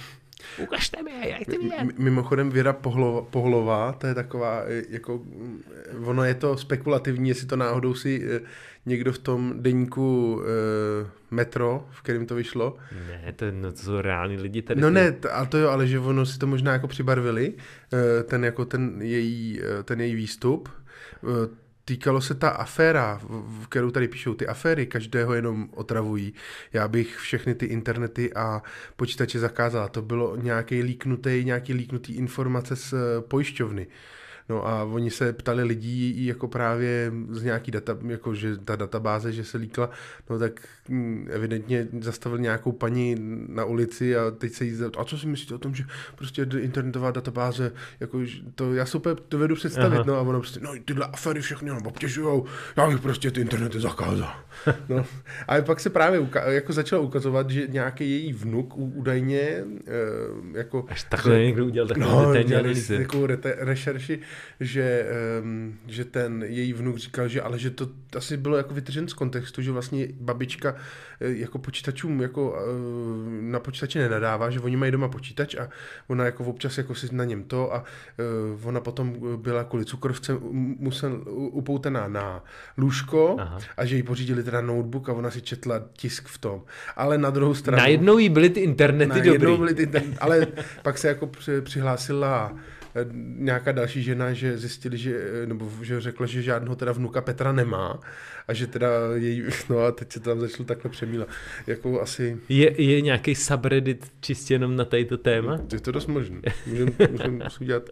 Ukažte mi je, já chci vidět. M- mimochodem Věra Pohlova, Pohlová, to je taková, jako, ono je to spekulativní, jestli to náhodou si někdo v tom deníku uh, Metro, v kterém to vyšlo. Ne, to, no, to jsou reální lidi tady. No ne, t- ale to jo, ale že ono si to možná jako přibarvili, uh, ten jako ten její, uh, ten její výstup. Uh, Týkalo se ta aféra, v kterou tady píšou, ty aféry každého jenom otravují. Já bych všechny ty internety a počítače zakázala. To bylo nějaký líknutý, nějaký líknutý informace z pojišťovny. No a oni se ptali lidí jako právě z nějaký data, jako že ta databáze, že se líkla, no tak evidentně zastavili nějakou paní na ulici a teď se jí zeptal, a co si myslíte o tom, že prostě internetová databáze, jako to já si úplně dovedu představit, Aha. no a ono prostě, no tyhle aféry všechny nám obtěžujou, já bych prostě ty internety zakázal. No. A pak se právě uka- jako začalo ukazovat, že nějaký její vnuk údajně jako... Až takhle někdo udělal takovou no, detailní analýzu. Takovou rete- rešerši, že, um, že ten její vnuk říkal, že ale že to asi bylo jako vytržen z kontextu, že vlastně babička jako počítačům jako uh, na počítači nenadává, že oni mají doma počítač a ona jako občas jako si na něm to a uh, ona potom byla kvůli cukrovce musel upoutaná na lůžko Aha. a že jí pořídili teda notebook a ona si četla tisk v tom. Ale na druhou stranu... Najednou jí byly ty internety dobrý. Byly ty internety, ale pak se jako přihlásila nějaká další žena, že zjistili, že, nebo že řekla, že žádného teda vnuka Petra nemá a že teda její, no a teď se tam začalo takhle přemýšlet. Jako asi... Je, je nějaký subreddit čistě jenom na tato téma? Je to dost možné. Můžeme můžem udělat...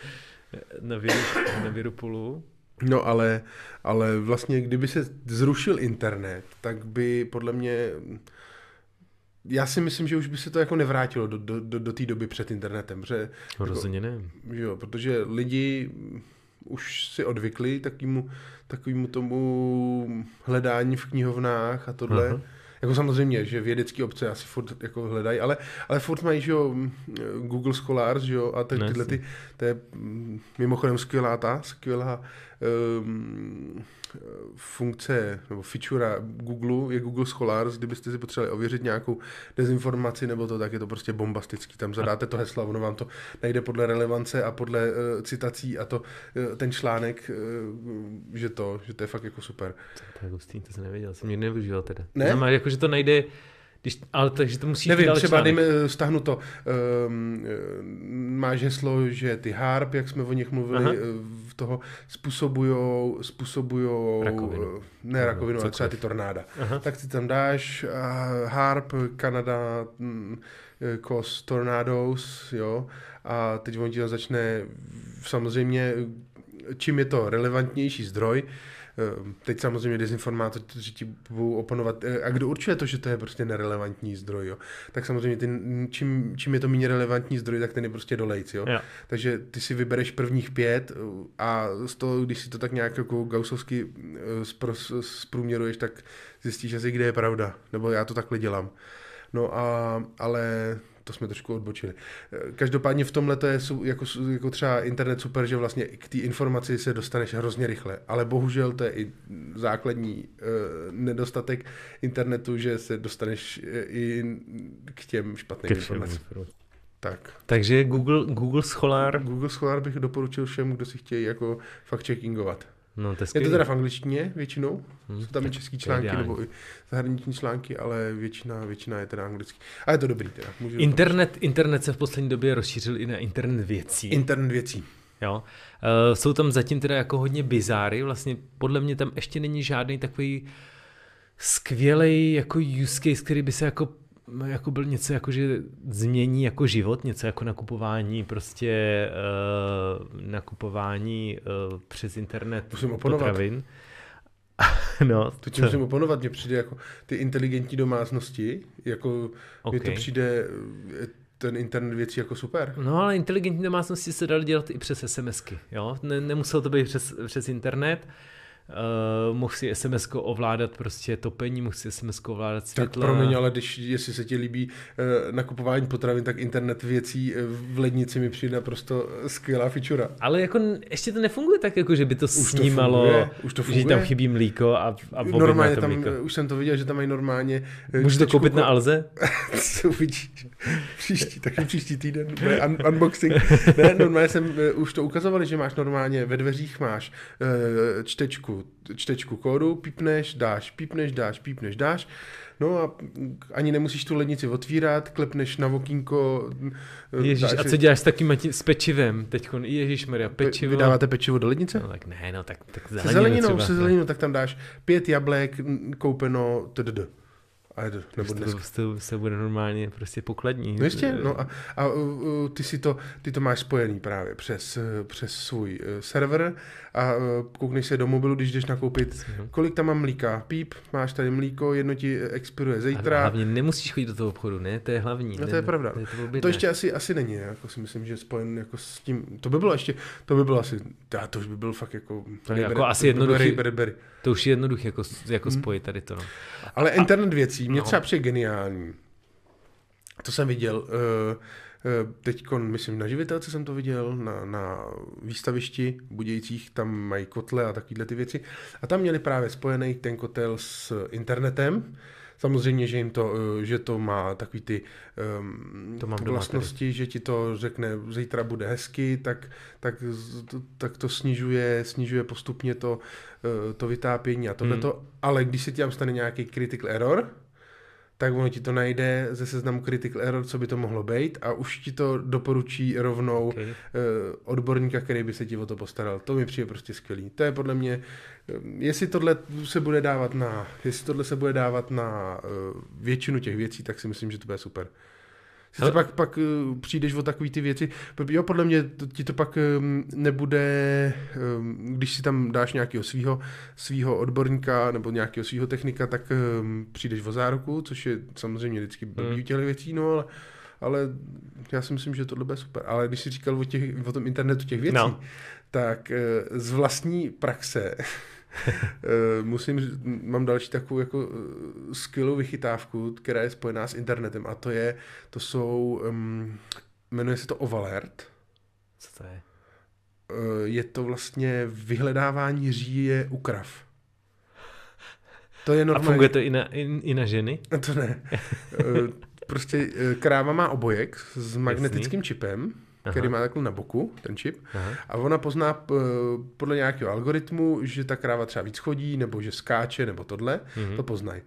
Na Věru, na Věropolu. No ale, ale vlastně, kdyby se zrušil internet, tak by podle mě... Já si myslím, že už by se to jako nevrátilo do, do, do, do té doby před internetem. Že, Rozhodně ne. Že jo, protože lidi už si odvykli takovému, takovému tomu hledání v knihovnách a tohle. Aha. Jako samozřejmě, že vědecké obce asi furt jako hledají, ale, ale furt mají, že jo, Google Scholars, že jo, a ty, tyhle ty, to je mimochodem skvělá ta, skvělá um, funkce, nebo feature Google je Google Scholars, kdybyste si potřebovali ověřit nějakou dezinformaci nebo to, tak je to prostě bombastický. Tam zadáte to heslo, ono vám to najde podle relevance a podle uh, citací a to, uh, ten článek, uh, že to, že to je fakt jako super. To je hustý, to jsem nevěděl, jsem nikdy nevyužil teda. Ne? Znamená, jako, že to najde, když, ale takže to musíš Nevím, dát třeba dejme, stáhnu to, um, máš heslo, že ty harp, jak jsme o nich mluvili, aha, v toho způsobujou, způsobujou rakovinu. Ne rakovinu, ale třeba ty tornáda. Aha. Tak ty tam dáš uh, harp, Canada, um, cause tornadoes, jo, a teď on ti tam začne, samozřejmě, čím je to relevantnější zdroj, teď samozřejmě dezinformátoři ti budou oponovat. A kdo určuje to, že to je prostě nerelevantní zdroj, jo? Tak samozřejmě ty, čím, čím je to méně relevantní zdroj, tak ten je prostě dolejc, jo? Yeah. Takže ty si vybereš prvních pět a z toho, když si to tak nějak jako gaussovsky zprůměruješ, tak zjistíš asi, kde je pravda. Nebo já to takhle dělám. No a, ale to jsme trošku odbočili. Každopádně v tomhle to je jako, jako třeba internet super, že vlastně k té informaci se dostaneš hrozně rychle, ale bohužel to je i základní uh, nedostatek internetu, že se dostaneš i k těm špatným informacím. Tak. Takže Google, Google Scholar. Google Scholar bych doporučil všem, kdo si chtějí jako fact-checkingovat. No, to je, je to teda v angličtině většinou, hmm, jsou tam i český články ideální. Nebo i zahraniční články, ale většina, většina je teda anglický. A je to dobrý teda. Internet, internet se v poslední době rozšířil i na internet věcí. Internet věcí. Jo. Uh, jsou tam zatím teda jako hodně bizáry, vlastně podle mě tam ještě není žádný takový skvělej jako use case, který by se jako jako byl něco jako, že změní jako život, něco jako nakupování prostě uh, nakupování uh, přes internet potravin. No, to ti musím oponovat, mně přijde jako ty inteligentní domácnosti, jako okay. Mně to přijde ten internet věcí jako super. No ale inteligentní domácnosti se daly dělat i přes SMSky, jo, ne, nemuselo to být přes, přes internet. Uh, mohl si es em esko ovládat prostě topení, mohl si es em esko ovládat světla. Tak promiň, ale když, jestli se ti líbí uh, nakupování potravin, tak internet věcí v lednici mi přijde naprosto skvělá feature. Ale jako ještě to nefunguje tak, jako že by to už snímalo, to funguje, už to funguje. Že tam chybí mlíko a, a normálně to tam, mlíko. Už jsem to viděl, že tam mají normálně... Můžu to koupit ko... na Alze? Co uvidíš? Příští, taky příští týden bude un- unboxing. Ne, normálně jsem, uh, už to ukazovali, že máš normálně, ve dveřích máš uh, čtečku, čtečku kódu, pípneš, dáš, pípneš, dáš, pípneš, dáš. No a ani nemusíš tu lednici otvírat, klepneš na okýnko. Ježíš, a co děláš s takým s pečivem? Teďko, ježišmarja, pečivo. Vy dáváte pečivo do lednice? No tak ne, no tak, tak zeleninu se zeleninou, třeba. Se zeleninou, tak tam dáš pět jablek, koupeno, tdd. A jde, nebo to, to se bude normálně prostě pokladní. No ještě, no a, a uh, ty si to, ty to máš spojený právě přes, přes svůj uh, server a uh, koukneš se do mobilu, když jdeš nakoupit, kolik tam mám mlíka, píp, máš tady mlíko, jedno ti expiruje zítra. A hlavně nemusíš chodit do toho obchodu, ne, to je hlavní. No to je pravda. To, je to, to ještě asi, asi není, jako si myslím, že spojen jako s tím, to by bylo ještě, to by bylo asi, já, to už by byl fakt jako, to je jako berry, asi jednoduchý, berry. To už je jednoduché jako, jako hmm. spojit tady to. No. Ale a, internet věcí, mě no. třeba přijde geniální. To jsem viděl, uh, uh, teďko, myslím, na Živitelce jsem to viděl, na, na výstavišti Budějcích, tam mají kotle a takovéhle ty věci. A tam měli právě spojený ten kotel s internetem. Samozřejmě, že jim to, že to má takový ty um, to vlastnosti, že ti to řekne, zítra bude hezky, tak, tak, tak to snižuje, snižuje postupně to, to vytápění a tohleto. Hmm. Ale když se ti tam stane nějaký critical error, tak ono ti to najde ze seznamu critical error, co by to mohlo být a už ti to doporučí rovnou okay. uh, odborníka, který by se ti o to postaral. To mi přijde prostě skvělý. To je podle mě, jestli tohle se bude dávat na, jestli tohle se bude dávat na uh, většinu těch věcí, tak si myslím, že to bude super. Sice pak, pak uh, přijdeš o takové ty věci, jo, podle mě to, ti to pak um, nebude, um, když si tam dáš nějakého svýho, svýho odborníka nebo nějakého svýho technika, tak um, přijdeš o záruku, což je samozřejmě vždycky blbý u těchto věcí, no ale, ale já si myslím, že tohle bude super. Ale když jsi říkal o, těch, o tom internetu těch věcí, no. tak z vlastní praxe musím, mám další takovou jako skvělou vychytávku, která je spojená s internetem a to je, to jsou, um, jmenuje se to Ovalert. Co to je? Je to vlastně vyhledávání říje u krav. To je normální. A funguje to i na, i, i na ženy? To ne. Prostě kráva má obojek s magnetickým Jasný. čipem, Aha. který má takhle na boku, ten čip. Aha. A ona pozná podle nějakého algoritmu, že ta kráva třeba víc chodí, nebo že skáče, nebo tohle. Mhm. To poznají.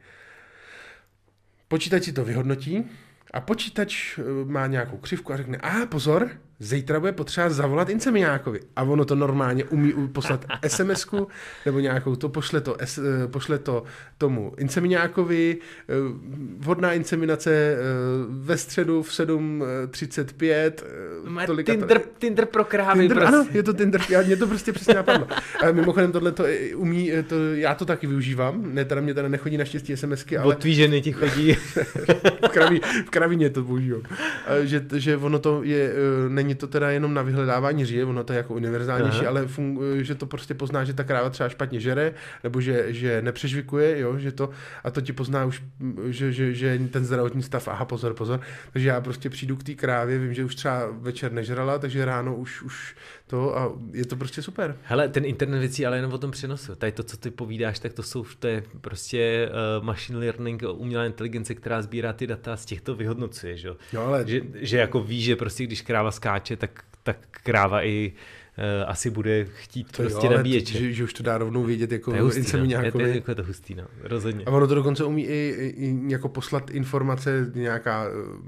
Počítač si to vyhodnotí a počítač má nějakou křivku a řekne, a pozor, zítra bude potřeba zavolat Insemiňákovi. A ono to normálně umí poslat es em esku, nebo nějakou, to pošle to, es, pošle to tomu Insemiňákovi, vhodná inseminace ve středu v sedm třicet pět. Tinder, to... Tinder pro krávy. Tinder, prostě. Ano, je to Tinder, já, mě to prostě přesně napadlo. A mimochodem tohle to umí, to, já to taky využívám, ne, teda mě teda nechodí naštěstí es em esky, ale... Od tvý ženy ti chodí. v, kraví, v kravině to používám. Že, že ono to je, není to teda jenom na vyhledávání říje, ono to je jako univerzálnější, Aha. ale funguje, že to prostě pozná, že ta kráva třeba špatně žere, nebo že, že nepřežvikuje, jo, že to, a to ti pozná už, že, že, že ten zdravotní stav, aha, pozor, pozor. Takže já prostě přijdu k té krávě, vím, že už třeba večer nežrala, takže ráno už, už to a je to prostě super. Hele, ten internet věcí, ale jenom o tom přenosu. Tady to, co ty povídáš, tak to jsou, to je prostě uh, machine learning, umělá inteligence, která sbírá ty data, z těchto vyhodnocuje, že? Jo, ale... že, že jako ví, že prostě když kráva skáče, tak, tak kráva i uh, asi bude chtít to prostě jo, nabíječe. Že, že už to dá rovnou vědět jako Insemiňákovi. Je, je to hustý, no, rozhodně. A ono to dokonce umí i, i jako poslat informace, nějaká,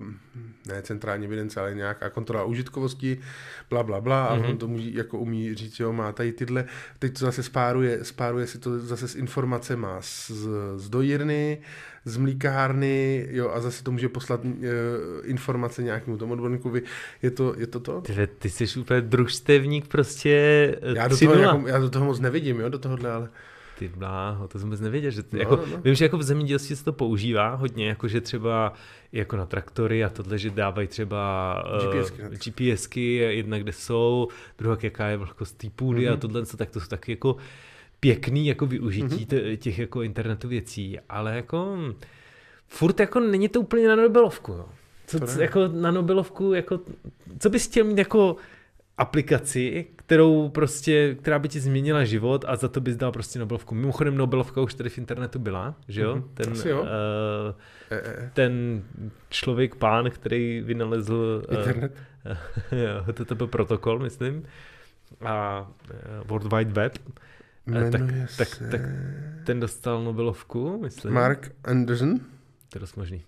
ne centrální evidence, ale nějaká kontrola užitkovosti, bla, bla, bla, a mm-hmm. on to může, jako umí říct, jo, má tady tyhle, teď to zase spáruje, spáruje si to zase s informacema z, z dojírny, z mlíkárny, jo, a zase to může poslat uh, informace nějakému tomu odborníkovi. Je to je to? to? Ty, ty jsi úplně družstevník prostě já do, toho, jako, já do toho moc nevidím, jo, do tohohle, ale... Ty bláho, to jsem vůbec nevěděl, že ty, no, jako, no, no. Vím, že jako v zemědělství se to používá hodně, jakože třeba jako na traktory a tohle, že dávají třeba GPSky, uh, GPSky, jedna kde jsou, druhá jaká je vlhkost té půdy mm-hmm. a tohle, tak to jsou taky jako pěkný jako využití mm-hmm. těch jako internetu věcí, ale jako furt jako není to úplně na Nobelovku, jo. Co, co, jako na Nobelovku, jako, co bys chtěl mít jako aplikaci, kterou prostě, která by ti změnila život a za to bys dal prostě Nobelovku. Mimochodem Nobelovka už tady v internetu byla, že jo? Ten, jo. Uh, e, e. ten člověk, pán, který vynalezl internet. Uh, to byl protokol, myslím. A uh, World Wide Web. Uh, tak, tak, tak ten dostal Nobelovku, myslím. Mark Anderson? To je dost možný.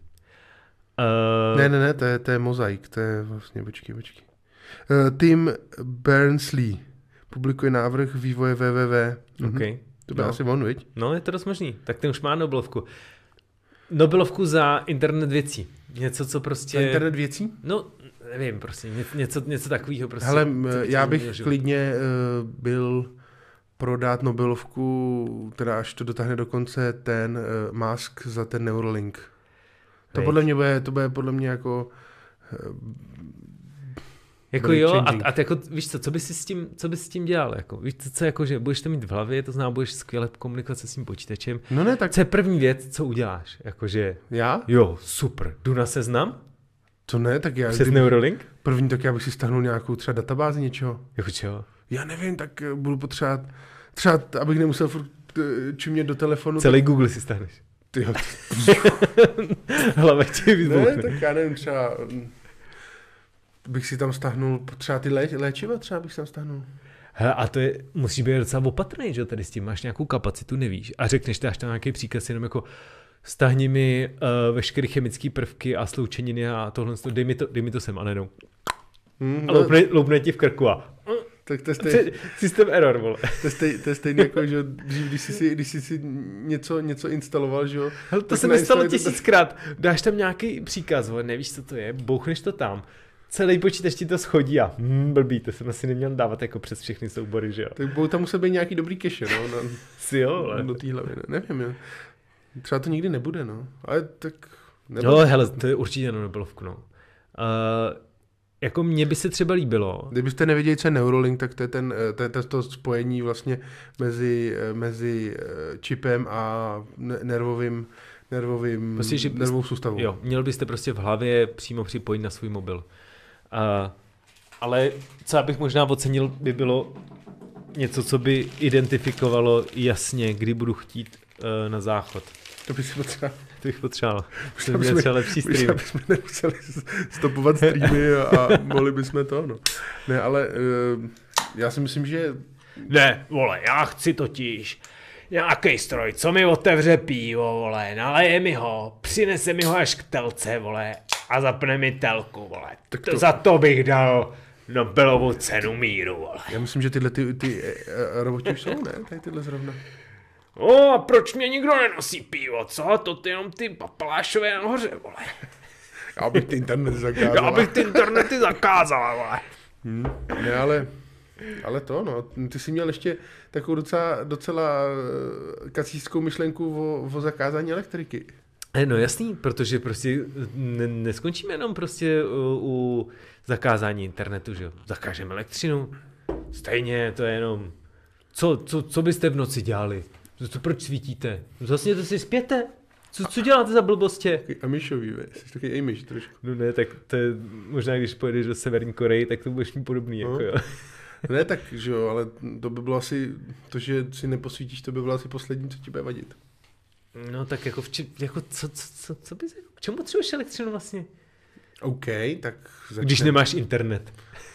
Uh, ne, ne, ne, to je, to je mozaik, to je vlastně, počkej, počkej. Uh, Tim Berners-Lee publikuje návrh vývoje W W W. Okay. Mhm. To byl no. asi on, viď? No, je to dost možný. Tak ten už má Nobelovku. Nobelovku za internet věcí. Něco, co prostě... Za internet věcí? No, nevím, prostě něco, něco takového. Prostě, hele, já bych klidně uh, byl prodat Nobelovku, teda až to dotáhne do konce ten uh, Musk za ten Neuralink. To podle mě bude, to bude podle mě jako... Uh, Jako jo, a, a jako, víš co, co bys si s tím, co bys s tím dělal? Jako, víš co, co jako, že budeš to mít v hlavě, to znamená, budeš skvěle komunikovat se s tím počítačem. No ne, tak... Co je první věc, co uděláš? Jakože, já? Jo, super, jdu na Seznam? To ne, tak já... Přes Neuralink? První, tak já bych si stáhnul nějakou třeba databázi něčeho. Jako čeho? Já nevím, tak budu potřebovat, třeba, abych nemusel furt čumět do telefonu. Celý tak... Google si stáhneš. Tyjo. Hlava tě vyzbouchne. Ne, tak já nevím, třeba... bych si tam stáhnul třeba ty lé, léčiva, třeba bych si tam stáhnul. Hele, a to je, musíš být docela opatrný, že tady s tím máš nějakou kapacitu, nevíš. A řekneš, dáš tam nějaký příkaz, jenom jako stáhni mi uh, veškeré chemické prvky a sloučeniny a tohle, dej mi to, dej mi to sem a nejenom. Hmm, a loupne, loupne ti v krku a... Tak to je stejný, systém error, vole. To je stejný, to je stejný jako, že když jsi si, když jsi si něco, něco instaloval, že jo. Hele, to se mi stalo tisíckrát. Dáš tam nějaký příkaz, vole, nevíš, co to je, bouchneš to tam. Celý počítač ti to schodí a hmm, blbý, to jsem asi neměl dávat jako přes všechny soubory, že jo. Tak budou tam muset být nějaký dobrý cache, no. Na, si jo, ale. Do té hlavy, ne? Nevím, jo. Třeba to nikdy nebude, no. Ale tak... Nebude. Jo, hele, to je určitě na Nobelovku, no. jako mně by se třeba líbilo. Kdybyste nevěděli, co je Neuralink, tak to je, ten, to, je to spojení vlastně mezi, mezi čipem a nervovým, nervovým prostě, že nervovou soustavou. Jo, měl byste prostě v hlavě přímo připojit na svůj mobil. Uh, ale co já bych možná ocenil, by bylo něco, co by identifikovalo jasně, kdy budu chtít uh, na záchod. To bych si potřeboval. To bych potřeboval. To by měl třeba lepší stream. Možná bychom nemuseli stopovat streamy a mohli bychom to, no. Ne, ale uh, já si myslím, že... Ne, vole, já chci totiž nějaký stroj, co mi otevře pivo, vole, naleje mi ho, přinese mi ho až k telce, vole, a zapne mi telku, vole. Tak to... To, za to bych dal Nobelovu cenu míru, vole. Já myslím, že tyhle ty, ty uh, roboti už jsou, ne? Tady tyhle zrovna. O, a proč mě nikdo nenosí pivo, co? To ty jenom ty papalášové nahoře, vole. Já bych ty internety zakázala. Já bych ty internety zakázala, vole. Hmm. Ne, ale, ale to, no. Ty jsi měl ještě takovou docela, docela kacířskou myšlenku o, o zakázání elektriky. No jasný, protože prostě ne, neskončíme jenom prostě u, u zakázání internetu, že jo. Zakážeme elektřinu. Stejně to je jenom... Co, co, co byste v noci dělali? To proč svítíte? Vlastně to si spěte. Co, co děláte za blbostě? Amišový, jsi takový Amiš trošku. No ne, tak to je, možná když pojedeš do Severní Koreji, tak to budeš mít podobný, no. Jako jo. Ne, tak že jo, ale to by bylo asi, to, že si neposvítíš, to by bylo asi poslední, co ti bude vadit. No tak jako, vči, jako co, co, co, co bys, jako, k čemu potřebuješ elektřinu vlastně? OK, tak začne... Když nemáš internet.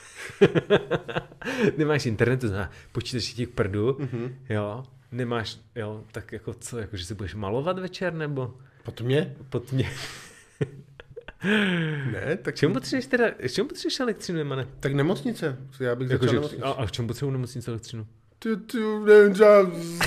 Nemáš internet, to znamená, počítač ti k prdu, mm-hmm. jo. Nemáš, jo, tak jako co, jako že si budeš malovat večer, nebo? Pod mě? Pod mě. Ne, tak... Čemu potřebuješ teda, čemu potřebuješ elektřinu, Nemane? Tak nemocnice, já bych jako začal že, nemocnice. A, a v čem potřebuji nemocnice elektřinu? Ty, ty, nevím, třeba...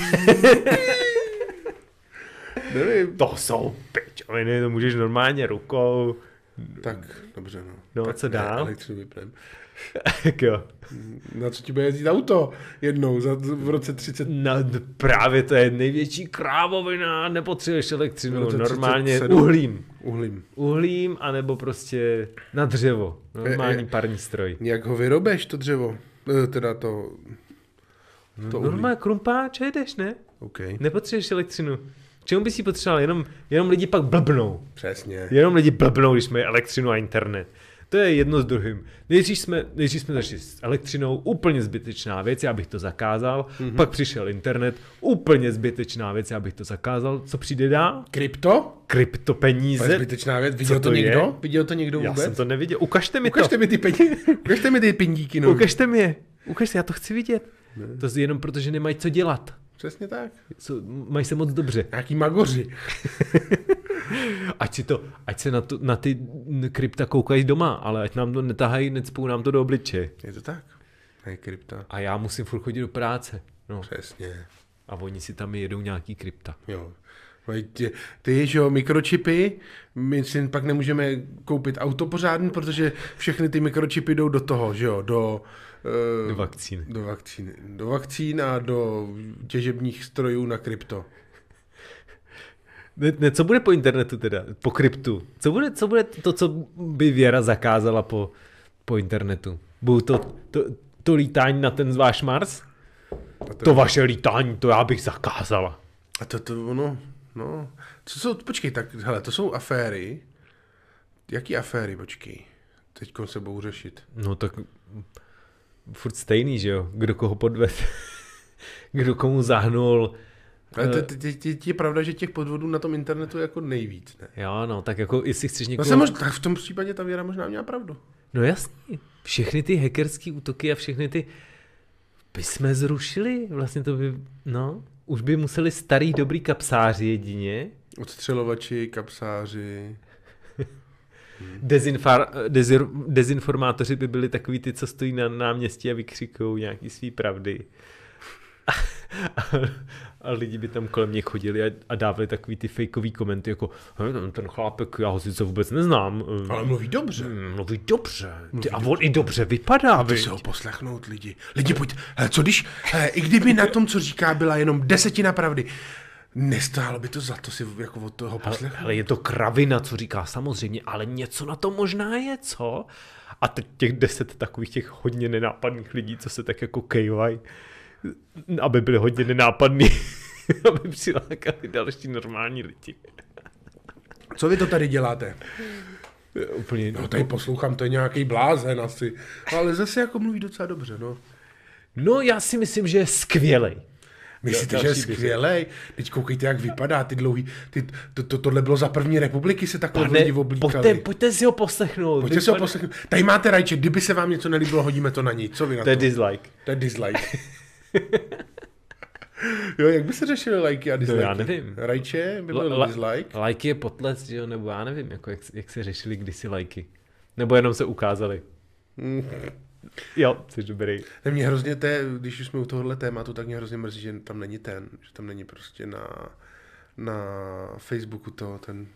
Nevím. To jsou pičoviny, to můžeš normálně rukou. Tak, dobře, no. No, tak co dál? Elektřinu vypnem. Tak jo. Na co ti bude jezdit auto jednou za, v roce třicet? No, právě to je největší krávovina, nepotřebuješ elektřinu, normálně třicet sedm. uhlím. Uhlím. Uhlím, anebo prostě na dřevo, normální je, parní stroj. Jak ho vyrobeš, to dřevo? Teda to... to normálně krumpáč jedeš, ne? Okay. Nepotřebuješ elektřinu. Čemu bys ji potřeboval? Jenom, jenom lidi pak blbnou. Přesně. Jenom lidi blbnou, když mají elektřinu a internet. To je jedno s druhým. Nejdřív jsme, nejdřív jsme začali s elektřinou, úplně zbytečná věc, já bych to zakázal. Mm-hmm. Pak přišel internet, úplně zbytečná věc, já bych to zakázal. Co přijde dál? Krypto? Kryptopeníze. Zbytečná věc, viděl to, to někdo? Je? Viděl to někdo vůbec? Já jsem to neviděl. Ukažte mi Ukažte to. Mi ty peníze. Ukažte mi ty pindíky. No. Ukažte mi je. Ukažte, já to chci vidět. Ne. To je jenom proto, že nemají co dělat. Přesně tak. Co, mají se moc dobře. Nějaký magoři. ať, si to, ať se na, to, na ty krypta koukají doma, ale ať nám to netahají, necpou nám to do obličeje. Je to tak. Ne, krypta. A já musím furt chodit do práce. No. Přesně. A oni si tam jedou nějaký krypta. Jo. Ty, ty že jo, mikročipy, my si pak nemůžeme koupit auto pořádný, protože všechny ty mikročipy jdou do toho, že jo, do... Do vakcín. Do vakcín. Do vakcín a do těžebních strojů na krypto. Ne, ne, co bude po internetu teda? Po kryptu? Co bude, co bude to, co by Věra zakázala po, po internetu? Budou to, to, to lítání na ten váš Mars? To, to vaše lítání, to já bych zakázala. A to, to ono, no. Co jsou, počkej, tak hele, to jsou aféry. Jaký aféry, počkej? Teďko se budou řešit. No tak... Furt stejný, že jo? Kdo koho podved, kdo komu zahnul. Ale to, to, to, to je pravda, že těch podvodů na tom internetu je jako nejvíc, ne? Jo, no, tak jako jestli chceš někoho... No možná, tak v tom případě ta Věra možná měla pravdu. No jasně, všechny ty hackerský útoky a všechny ty by jsme zrušili, vlastně to by, no, už by museli starý dobrý kapsáři jedině. Odstřelovači, kapsáři... Dezinfar, dezir, dezinformátoři by byli takový ty, co stojí na náměstí a vykřikují nějaký svý pravdy. A, a, a lidi by tam kolem něj chodili a, a dávali takový ty fejkový komenty, jako ten chlápek, já ho sice vůbec neznám. Ale mluví dobře. Mluví dobře. Mluví ty, a on dobře. i dobře vypadá. Ty se ho poslechnout lidi. Lidi, pojď, hele, co když, hele, i kdyby na tom, co říká, byla jenom desetina pravdy, Nestálo by to za to si jako od toho poslechnout. Ale je to kravina, co říká samozřejmě, ale něco na to možná je, co? A teď těch deset takových těch hodně nenápadných lidí, co se tak jako kejvají, aby byli hodně nenápadní, aby přilákali další normální lidi. Co vy to tady děláte? Úplně... No tady poslouchám, to je nějaký blázen asi. Ale zase jako mluví docela dobře, no. No já si myslím, že je skvělej. Myslíte, že je skvělej? Teď koukejte, jak vypadá, ty dlouhý, ty, to, to, tohle bylo za první republiky, se takhle lidi oblíkali. Pojďte, pojďte si ho poslechnout. Pojďte si ho poslechnout. Tady máte Rajče, kdyby se vám něco nelíbilo, hodíme to na ní. Co vy na to? To je dislike. To je dislike. Jo, jak by se řešily lajky a dislike? No, já nevím. Rajče by byl La, dislike? Lajky je potles, jo, nebo já nevím, jako jak, jak se řešili kdysi lajky. Nebo jenom se ukázali. Mm. Jo, jsi dobrý. Ne, mě hrozně té, když už jsme u tohohle tématu, tak mě hrozně mrzí, že tam není ten, že tam není prostě na, na Facebooku to, ten...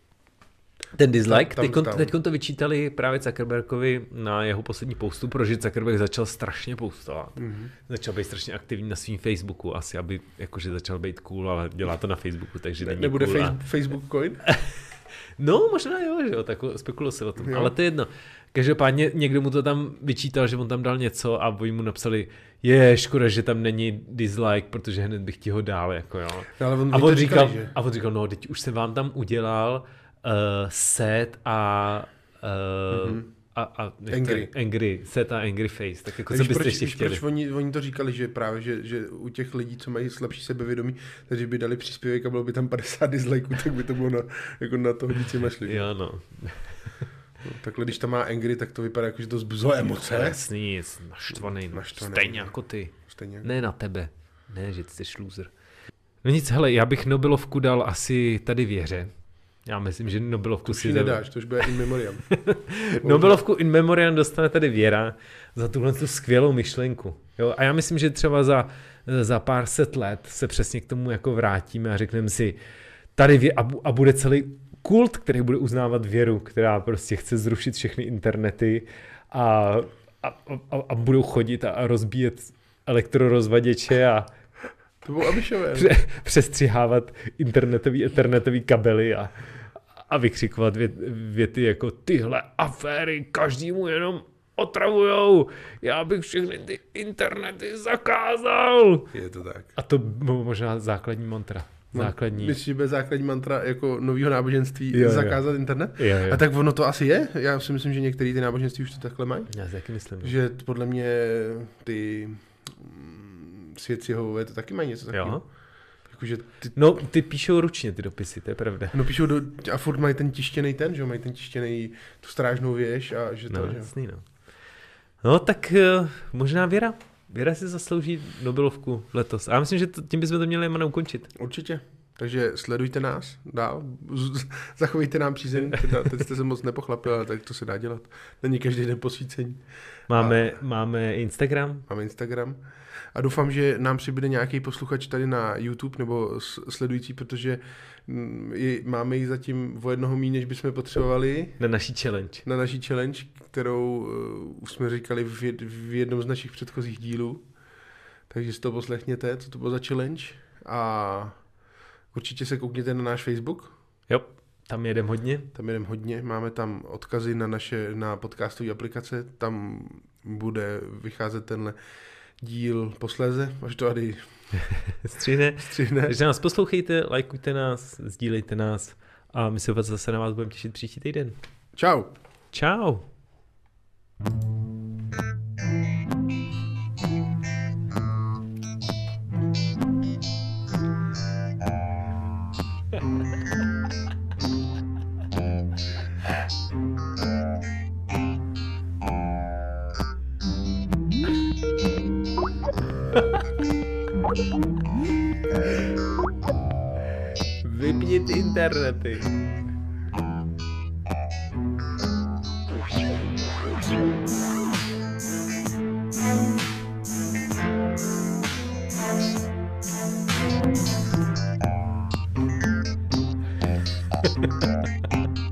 Ten dislike, tam, tam, tam. teď to vyčítali právě Zuckerbergovi na jeho poslední postu, protože Zuckerberg začal strašně postovat. Mm-hmm. Začal být strašně aktivní na svém Facebooku, asi aby jakože začal být cool, ale dělá to na Facebooku, takže ne, není nebude cool. A... Facebook coin? No, možná jo, že jo, tak spekulo se o tom, jo. Ale to je jedno. Každopádně někdo mu to tam vyčítal, že on tam dal něco a oni mu napsali, je škoda, že tam není dislike, protože hned bych ti ho dal, jako jo. No, ale on, a, on říkal, říkali, že? a on říkal, no, teď už jsem vám tam udělal uh, set a... Uh, mm-hmm. A, a angry. angry, set a angry face, tak jako co byste proč, ještě chtěli. Proč oni, oni to říkali, že právě, že, že u těch lidí, co mají slabší sebevědomí, takže by dali příspěvek a bylo by tam padesát dislikeů, tak by to bylo na, jako na to hodící mašli. Jo, no. No, takhle, když tam má angry, tak to vypadá jako, že to zbuzuje emoce. Jasný, naštvaný, naštvaný. Stejně jako ty. Stejně. Ne na tebe. Ne, že ty jsi loser. No nic, hele, já bych Nobelovku dal asi tady Věře. Já myslím, že Nobelovku to si... nedáš, to už bude in memoriam. Nobelovku in memoriam dostane tady Věra za tuhle tu skvělou myšlenku. Jo? A já myslím, že třeba za, za pár set let se přesně k tomu jako vrátíme a řekneme si, tady vě- a, a bude celý kult, který bude uznávat Věru, která prostě chce zrušit všechny internety a, a, a, a budou chodit a, a rozbíjet elektrorozvaděče a to bylo Abišové. Pře- přestřihávat internetový, ethernetový kabely a, a vykřikovat vět, věty jako tyhle aféry každému jenom otravujou. Já bych všechny ty internety zakázal. Je to tak. A to bylo možná základní mantra. Základní. Myslíš, že bude základní mantra jako nového náboženství jo, zakázat jo. internet? Jo, jo. A tak ono to asi je. Já si myslím, že některé ty náboženství už to takhle mají. Já si taky myslím. Že podle mě ty svědci Jehovové to taky mají něco takového. Jakože ty... No, ty píšou ručně ty dopisy, to je pravda. No píšou do... a furt mají ten tištěný ten, že mají ten tištěný tu strážnou věž a že to, no, že... jasný, no. No, tak uh, možná Věra. Věra si zaslouží Nobelovku letos. A já myslím, že to, tím bychom to měli jméno ukončit. Určitě. Takže sledujte nás dál, zachovejte nám přízeň, teda, teď jste se moc nepochlapil, ale tak to se dá dělat. Není každý den posvícení. Máme, a, máme Instagram. Máme Instagram. A doufám, že nám přibude nějaký posluchač tady na YouTube nebo sledující, protože je, máme ji zatím o jednoho míň, než bychom potřebovali. Na naší challenge. Na naší challenge, kterou uh, už jsme říkali v, jed, v jednom z našich předchozích dílů. Takže si to poslechněte, co to bylo za challenge. A určitě se koukněte na náš Facebook. Jo, tam jedem hodně. Tam jedem hodně. Máme tam odkazy na naše na podcastové aplikace. Tam bude vycházet tenhle díl posléze, až to tady střihne. střihne. Takže nás poslouchejte, lajkujte nás, sdílejte nás a my se zase na vás budeme těšit příští týden. Čau. Čau. Vypnit internety. Ha ha ha.